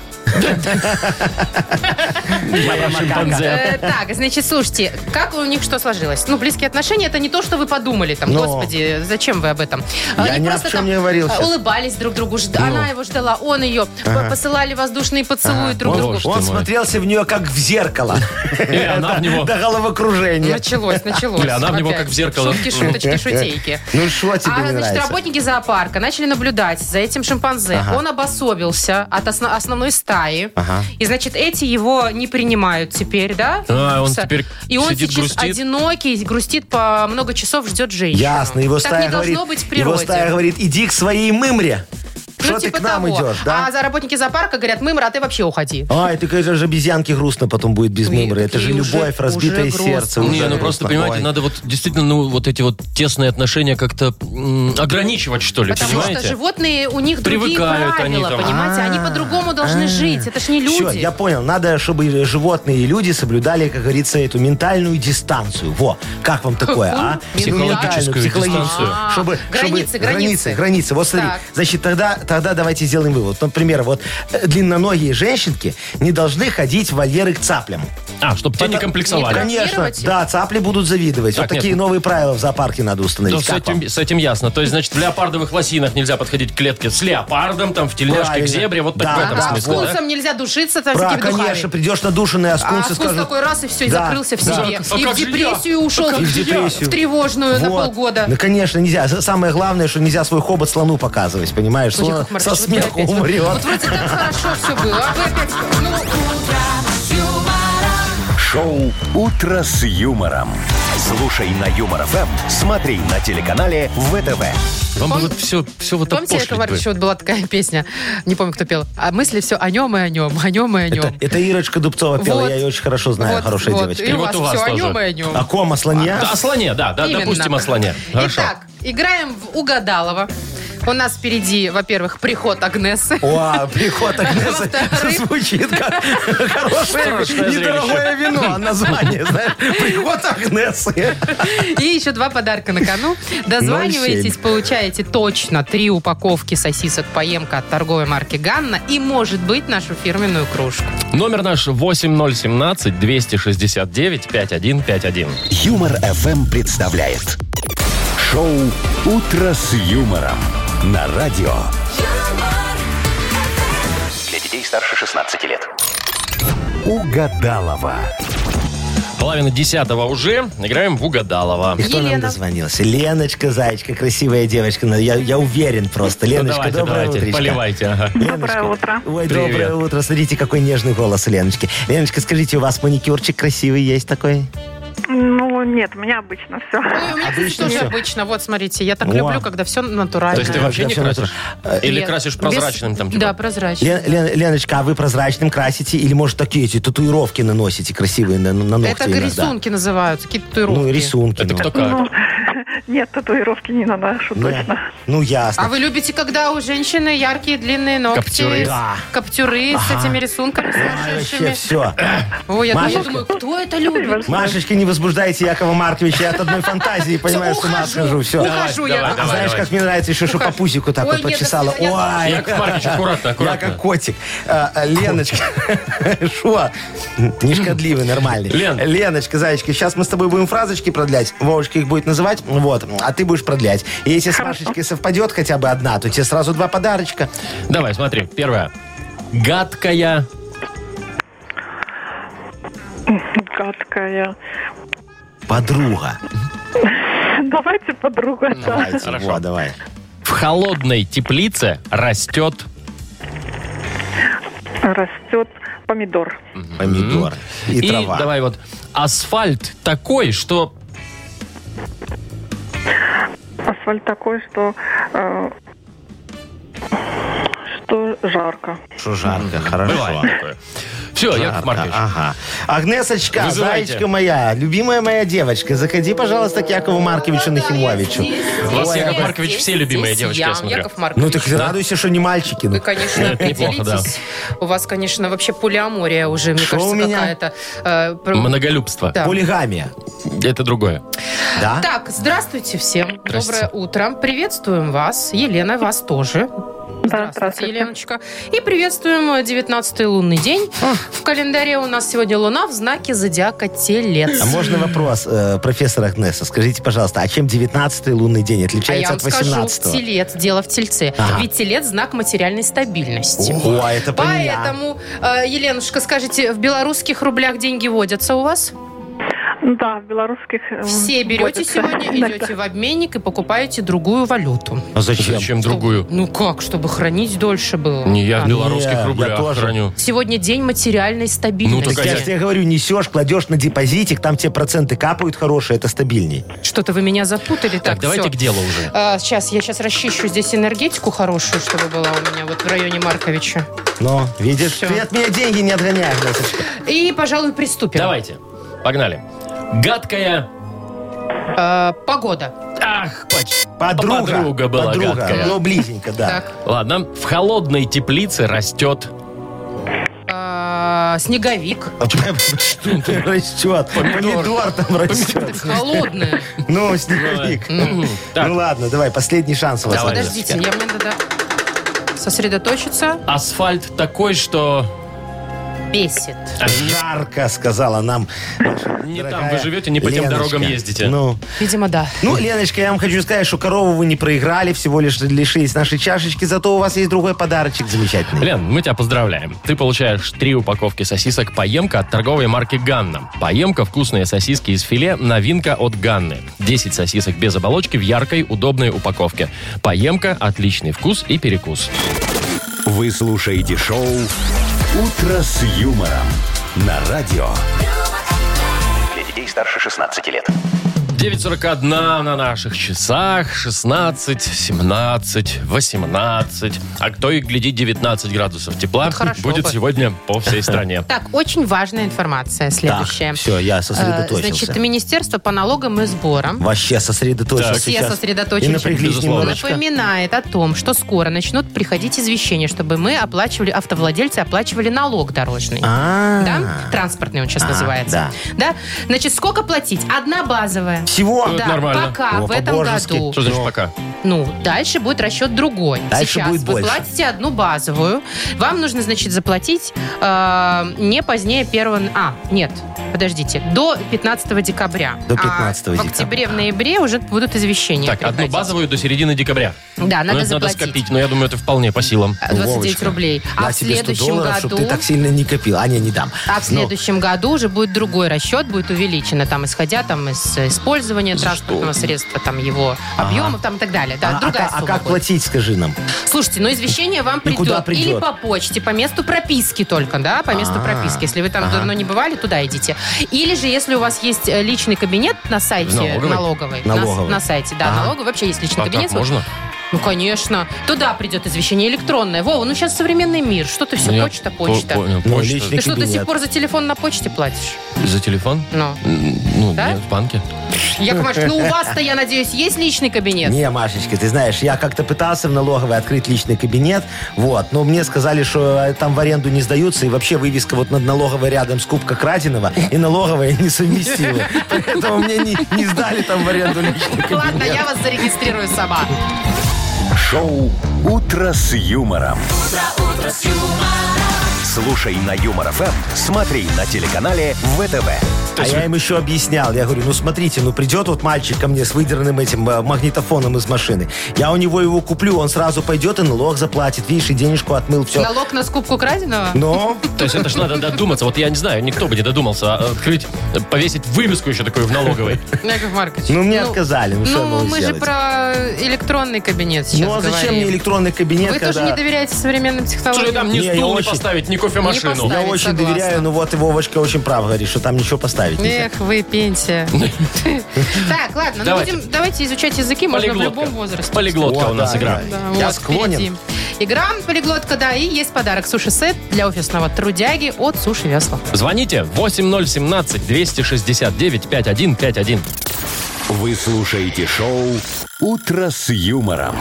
Моя Шимпанзе. Э, так, значит, слушайте, как у них что сложилось? Ну, близкие отношения — это не то, что вы подумали, там, Но. господи, зачем вы об этом? Я Они ни о просто чем там не говорил э, сейчас. улыбались друг другу, жд- она его ждала, он ее, п- посылали воздушные поцелуи друг Он, другу. Боже он ты мой. смотрелся в нее как в зеркало. И она в него. До головокружения. Началось, началось. Или она в него Опять. как в зеркало. Шутки, шуточки, шутейки. Ну что тебе А, не значит, нравится? работники зоопарка начали наблюдать за этим шимпанзе. Он обособился от осно- основной стаи. Ага. И, значит, эти его не принимают теперь, да? А, он С- теперь И он сидит, сейчас грустит? одинокий, грустит по много часов, ждет женщину. Ясно, его Так стая не должно говорит, быть в его природе. стая говорит, иди к своей мымре. Ну, Что ты типа к нам того. идешь, да? А за работники зоопарка говорят, мымра, а ты вообще уходи. Ай, так это же обезьянке грустно потом будет без Ой, мымры. Это же такие уже- любовь, разбитое уже сердце. грустно. уже Не, ну просто, грустно. понимаете, Ой. надо вот действительно, ну, вот эти вот тесные отношения как-то м, ограничивать, что ли, Потому понимаете? что животные, у них другие Привыкают они правила, там. понимаете? Они по-другому должны жить. Это ж не люди. Все, я понял. Надо, чтобы животные и люди соблюдали, как говорится, эту ментальную дистанцию. Во, как вам такое, а? Какую? Ментальную, Психологическую психологическую. дистанцию. Чтобы, Границы, чтобы- границы. границы, границы. Вот смотри, Так. значит, тогда, тогда давайте сделаем вывод. Например, вот э, длинноногие женщинки не должны ходить в вольеры к цаплям. А, чтобы те не Не комплексовали. Конечно, травмировать их? да, цапли будут завидовать. Так, вот такие нет. новые правила в зоопарке надо Да, установить. с Как вам? этим, с этим ясно. То есть, значит, в леопардовых лосинах нельзя подходить к клетке с леопардом, там, в тельняшке Правильно. к зебре. Вот так Да, в этом да, А смысле, с да? скунсом нельзя душиться там Про, всякими духами. конечно, придешь надушенный, а А скунсы скунс скажут... такой раз и все, и Да, закрылся в да. себе. А И как в же депрессию я? ушел. А как И в же я? депрессию. В тревожную на Вот. полгода. Ну, конечно, нельзя. Самое главное, что нельзя свой хобот слону показывать, понимаешь? Слушай, Слон со, Яков Маркович, со вот вы смеху опять- умрет. Вот вроде так хорошо все было, а вы опять... Ну, Шоу «Утро с юмором». Слушай на Юмор ФМ, смотри на телеканале ВТВ. Вам бы Пом- вот все, все вот помните, Яков опошлить Маркович, бы. вот была такая песня, не помню, кто пел, а мысли все о нем и о нем, о нем и о нем. Это, это Ирочка Дубцова пела, Вот. я ее очень хорошо знаю, Вот, хорошая вот. девочка. И у вас И вот у вас все о тоже. нем и о нем. О ком, о слоне? Да, о слоне, да, да, Именно. допустим, о слоне. Хорошо. Итак, играем в Угадалово. У нас впереди, во-первых, приход Агнесы. О, приход Агнесы Во-вторых. звучит как хорошее, Страшное недорогое вино. Название, знаешь, приход Агнесы. И еще два подарка на кону. Дозваниваетесь, получаете точно три упаковки сосисок «Поемка» от торговой марки «Ганна» и, может быть, нашу фирменную кружку. Номер наш восемь ноль один семь двести шестьдесят девять пятьдесят один пятьдесят один. Юмор ФМ представляет шоу «Утро с юмором» на радио. Для детей старше шестнадцати лет. Угадалова. Половина десятого уже. Играем в Угадалова. И кто нам Елена. дозвонился? Леночка, зайчка, красивая девочка. Ну, Я, я уверен просто. Ну, Леночка, давайте, доброе давайте, утречко. поливайте. Ага. Доброе утро. Ой, Привет. доброе утро. Смотрите, какой нежный голос у Леночки. Леночка, скажите, у вас маникюрчик красивый есть такой? Ну, нет, у меня обычно все. Ой, у меня, кстати, Обычно тоже всё. обычно. Вот, смотрите, я так О. люблю, когда все натурально. То есть ты вообще не всё красишь? Или Нет, красишь без- прозрачным там? Типа? Да, прозрачным. Лен- Лен- Леночка, а вы прозрачным красите? Или, может, такие эти татуировки наносите красивые на, на ногти Это иногда? рисунки называются, какие-то татуировки. Ну, рисунки. Это ну. кто как? Ну, нет, татуировки не наношу Ну, точно. Ну, ясно. А вы любите, когда у женщины яркие длинные ногти? Каптюры. Да. Каптюры с этими рисунками Ай, сумасшедшими. вообще все. Ой, я Машечка. тоже думаю, кто это любит? Машечка, не возбуждайте Якова Марковича. Я от одной фантазии, понимаю, Всё, с ума ухожу. схожу. Все. Ухожу я. давай, давай. Знаешь, как мне нравится еще, что по Ухожу. пузику так Ой, вот нет, почесала. до свидания. Ой, Яков Маркович, аккуратно, я аккуратно. как котик. А, а, Леночка, шо? Не шкодливый, нормальный. Лен. Леночка, зайчка, сейчас мы с тобой будем фразочки продлять. Вовочка их будет называть, вот, а ты будешь продлять. И если с Машечкой совпадет хотя бы одна, то тебе сразу два подарочка. Давай, смотри. Первое. Гадкая. Гадкая. Подруга. Давайте подруга. да. Давайте, Хорошо. во, давай. В холодной теплице растет. Растет помидор. Помидор и, И трава. давай вот. Асфальт такой, что... Асфальт такой, что... э, что жарко. Что жарко, хорошо. Бывает такое. Все, Яков Жарко, Маркович. Ага. Агнесочка, Вызывайте. зайчка моя, любимая моя девочка, заходи, пожалуйста, к Якову Марковичу Нахимовичу. У вас, Ой, Яков а- Маркович, все любимые девочки, я я, смотрю. Яков Маркович. Ну так радуйся, что не мальчики. Вы, Ну. конечно, Это неплохо, да. определитесь. У вас, конечно, вообще полиамория уже, мне Шо кажется, у меня? какая-то. э, про- Многолюбство. Да. Полигамия. Это другое. Да? Так, здравствуйте всем. Здрасте. Доброе утро. Приветствуем вас. Елена, вас тоже. Здравствуйте, здравствуйте. Еленочка. И приветствуем девятнадцатый лунный день. В календаре у нас сегодня луна в знаке зодиака Телец. А можно вопрос, э, профессор Агнеса? Скажите, пожалуйста, а чем девятнадцатый лунный день А я отличается вам от скажу, восемнадцатого? телец, дело в тельце. Ага. Ведь телец знак материальной стабильности. О, это про меня. Поэтому, э, Еленушка, скажите, в белорусских рублях деньги водятся у вас? Да, в белорусских... э, Все берете водятся сегодня, иногда. идете в обменник и покупаете другую валюту. А зачем? Зачем другую? Ну как, чтобы хранить дольше было. Не, я в А, белорусских Не, я рублях тоже. храню. Сегодня день материальной стабильности. Ну, Так я же тебе говорю, несешь, кладешь на депозитик, там тебе проценты капают хорошие, это стабильней. Что-то вы меня запутали. Так, Так, давайте всё. к делу уже. А, сейчас, я сейчас расчищу здесь энергетику хорошую, чтобы была у меня вот в районе Марковича. Но, видишь, Всё. ты от меня деньги не отгоняй, Агнесочка. И, пожалуй, приступим. Давайте. Погнали. Гадкая. А, погода. Ах, почти. Подруга. Подруга была Подруга. гадкая. Ну, близенько, да. Так. Ладно. В холодной теплице растет. А, снеговик. Растет. Помидор там растет. Холодная. Ну, снеговик. Мгм. Так. Ну ладно, давай, последний шанс у вас. Давай. Подождите, я мне надо сосредоточиться. Асфальт такой, что... бесит. Жарко, сказала нам наша Не там дорогая вы живете, не по тем Леночка. дорогам ездите. Ну, Видимо, да. ну, Леночка, я вам хочу сказать, что корову вы не проиграли, всего лишь лишились нашей чашечки, зато у вас есть другой подарочек замечательный. Лен, мы тебя поздравляем. Ты получаешь три упаковки сосисок «Поемка» от торговой марки «Ганна». «Поемка» — вкусные сосиски из филе, новинка от «Ганны». десять сосисок без оболочки в яркой, удобной упаковке. «Поемка» — отличный вкус и перекус. Вы слушаете шоу «Утро с юмором» на радио. Для детей старше шестнадцати лет. девять сорок один на наших часах. шестнадцать, семнадцать, восемнадцать. А кто и глядит, девятнадцать градусов тепла Вот хорошо будет бы. сегодня по всей стране. Так, очень важная информация следующая. Так, все, я Э, сосредоточился. Значит, Министерство по налогам и сборам Вообще сосредоточился Так. все сейчас. сосредоточились. И напряглись Безусловно. немножечко. напоминает о том, что скоро начнут приходить извещения, чтобы мы оплачивали, автовладельцы оплачивали налог дорожный. А, Да? Транспортный он сейчас А, называется. Да. Значит, сколько платить? Одна базовая. Всего? Ну, это Да, нормально. пока О, в этом по-божески. году. Что значит пока? Ну, дальше будет расчет другой. Дальше Сейчас будет вы больше. платите одну базовую. Вам нужно, значит, заплатить э, не позднее первого... А, нет, подождите. До пятнадцатого декабря. До пятнадцатого а в октябре, в ноябре уже будут извещения Так, одну приходить. базовую до середины декабря. Да, Ну, надо это надо заплатить. скопить, но я думаю, это вполне по силам. двадцать девять Вовочка, рублей. А на в тебе сто следующем долларов, чтобы году... ты так сильно не копил. А, не, не дам. А в Ну, следующем году уже будет другой расчет, будет увеличено, там, исходя там, из использования транспортного средства, там, его объемов там, и так далее. Да, а, другая а, а сумма как будет. платить, скажи нам? Слушайте, ну извещение вам И придет, куда придет? или по почте, по месту прописки только, да, по месту А, прописки. Если вы там давно не бывали, туда идите. Или же, если у вас есть э, личный кабинет на сайте Налоговой? налоговой, на- Налоговой. На, сайте, да, Ага. налоговой вообще есть личный А кабинет. так можно? Ну, конечно. Туда придет извещение электронное. Вова, ну сейчас современный мир. Что ты все, Ну, я почта, по- почта. понял, Ну, почта. личный Ты что, до сих кабинет. пор за телефон на почте платишь? За телефон? Ну. М, Ну, Да? нет, в банке. Яков Маркович, ну у вас-то, я надеюсь, есть личный кабинет? Не, Машечка, ты знаешь, я как-то пытался в налоговой открыть личный кабинет, вот, но мне сказали, что э, там в аренду не сдаются, и вообще вывеска вот над налоговой рядом скупка краденого, и налоговая несовместимы. Поэтому мне не, не сдали там в аренду личный кабинет. Ладно, я вас зарегистрирую сама. Шоу «Утро с юмором». Слушай на Юмор ФМ, смотри на телеканале ВТВ. А я им еще объяснял. Я говорю, ну смотрите, ну придет вот мальчик ко мне с выдранным этим э, магнитофоном из машины. Я у него его куплю, он сразу пойдет и налог заплатит. Видишь, и денежку отмыл, все. Налог на скупку краденого? Но То есть это ж надо додуматься. Вот я не знаю, никто бы не додумался а, открыть, повесить вывеску еще такую в налоговой. Яков Маркович. ну, мне отказали. Ну, что я Ну, могу мы же сделать? про электронный кабинет сейчас Ну, а зачем говорим. мне электронный кабинет, Вы когда... тоже не доверяете современным Что технологиям? там ни Не, я стул не очень- поставить, ни кофемашину. Не Я Ставить, очень согласна. доверяю, но вот и Вовочка очень прав говорит, что там ничего поставить нельзя. Эх, вы, пенсия. Так, ладно, ну Давайте. будем, давайте изучать языки, можно в Полиглотка. любом возрасте. Полиглотка О, у нас да, игра. да. Да, Я вот, склонен. впереди. Игра полиглотка, да, и есть подарок суши-сет для офисного трудяги от Суши Весла. Звоните восемь ноль один семь двести шестьдесят девять пятьдесят один пятьдесят один. Вы слушаете шоу «Утро с юмором».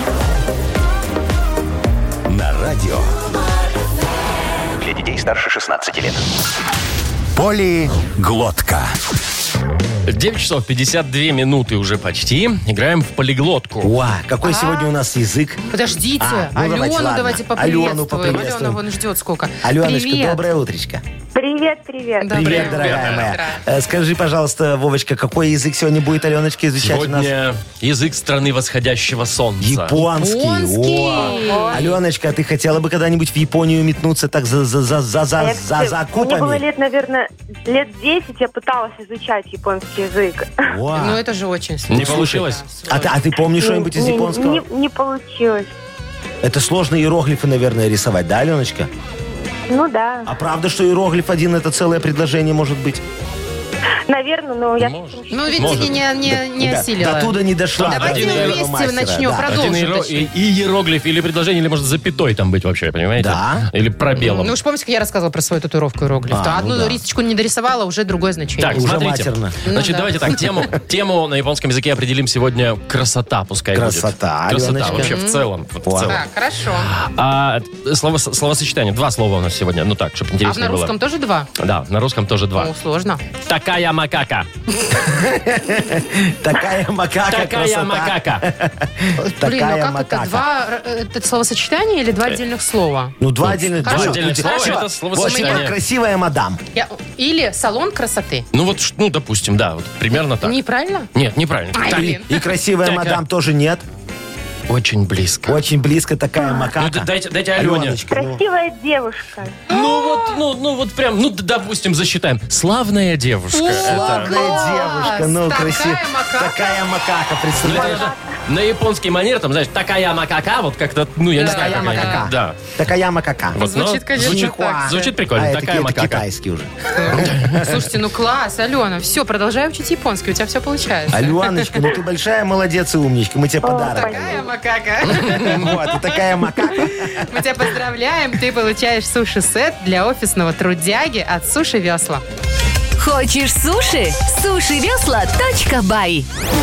На радио Для детей старше шестнадцати лет. «Полиглотка». девять часов пятьдесят две минуты уже почти. Играем в полиглотку. Уа, какой сегодня у нас язык? Подождите, А, ну Алену давайте, ладно. давайте Алену поприветствуем. поприветствуем. Алена вон ждет сколько. Аленочка, Привет. доброе утречко. Привет, привет. Да, Привет, дорогая моя. Э, Скажи, пожалуйста, Вовочка, какой язык сегодня будет Аленочка изучать у нас? Сегодня язык страны восходящего солнца. Японский. Японский. О. Аленочка, а ты хотела бы когда-нибудь в Японию метнуться так за, за, за, за, А за, я, за кстати, закупами? Мне было лет, наверное, лет десять я пыталась изучать японский язык. О. Ну, это же очень сложно. Не получилось? а, ты, а ты помнишь что-нибудь из Не- японского? Не, не получилось. Это сложно иероглифы, наверное, рисовать, да, Аленочка? Ну да, А правда, что иероглиф один это целое предложение может быть? наверное, но я... Может. Ну, видите, Может. не, не, не Ребят, осилила. до туда не дошла. Давайте до Один иероглифа вместе мастера, начнем да. продолжим. Один иеро- точнее. и, и иероглиф, или предложение, или может запятой там быть вообще, понимаете? Да. Или пробелом. Ну, уж помните, как я рассказывала про свою татуировку иероглиф? А, То ну одну да. рисочку не дорисовала, уже другое значение. Так, Уже смотрите. матерно. Значит, Ну да. давайте так, тему, тему на японском языке определим сегодня красота, пускай Красота, будет. Красота, Аленочка. вообще в целом. вот в Вау. целом. Так, хорошо. А, слово, словосочетание, два слова у нас сегодня, ну так, чтобы А интереснее на было. русском тоже два? Да, на русском тоже два. Ну, сложно. Такая макака. Такая макака. Такая красота. макака. Блин, Такая ну как макака. это? Два э, это словосочетания или два отдельных слова? Ну, два отдельных Два два отдельных слова, Типа- это Вот, словосочетание. типа красивая мадам. Я- Или салон красоты. Ну вот, ш- ну, допустим, да, вот примерно так. Неправильно? Нет, неправильно. Ай, Так, блин. И красивая Такая. мадам тоже нет. Очень близко. Очень близко такая макака. Ну, д- дайте, дайте Алене. Аленочка, ну. Красивая девушка. Ну вот, ну, ну вот прям, ну, д- допустим, засчитаем. Славная девушка. Это- Славная Класс! девушка, ну, Такая красивая. макака. Такая макака, Ну, это представляешь? же на японский манер, там, знаешь, такая макака, вот как-то, ну, я не Да, знаю, Такая как они- макака. Да. Такая макака. Вот, но Звучит, конечно, звучит, так. звучит прикольно. А это Такая какие-то макака. китайские уже. Слушайте, ну класс, Алена. Все, продолжай учить японский, у тебя все получается. Аленочка, ну ты большая молодец и умничка. Мы тебе подарок. Такая макака. Вот, и такая макака. Мы тебя поздравляем. Ты получаешь суши-сет для офисного трудяги от Суши Весла. Хочешь суши? суши весла точка бай.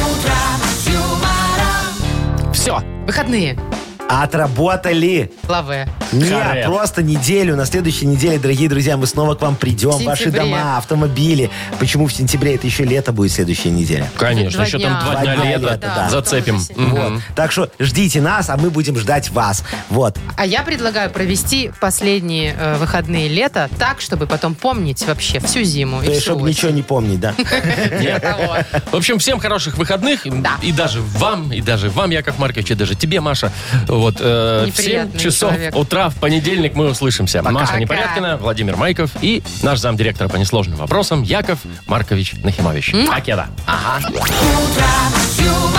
Все. Выходные. Отработали. Лаве. Нет, Харе. просто неделю. На следующей неделе, дорогие друзья, мы снова к вам придем. В Ваши сентябре. дома, автомобили. Почему в сентябре? Это еще лето будет следующая неделя. Конечно, Два еще дня. там два Два дня дня лета. лета, да. Зацепим. Потом Мгм. Вот. Так что ждите нас, а мы будем ждать вас. Вот. А я предлагаю провести последние э, выходные лета так, чтобы потом помнить вообще всю зиму и всю Чтобы осень. ничего не помнить, да? Нет. Того. В общем, всем хороших выходных. И даже вам, и даже вам, Яков Маркович, и даже тебе, Маша. Вот, э, в семь Неприятный часов человек. утра в понедельник мы услышимся. Маша Пока. Непорядкина, Владимир Майков и наш замдиректора по несложным вопросам Яков Маркович Нахимович. Покеда. Ага. Утро с юмором.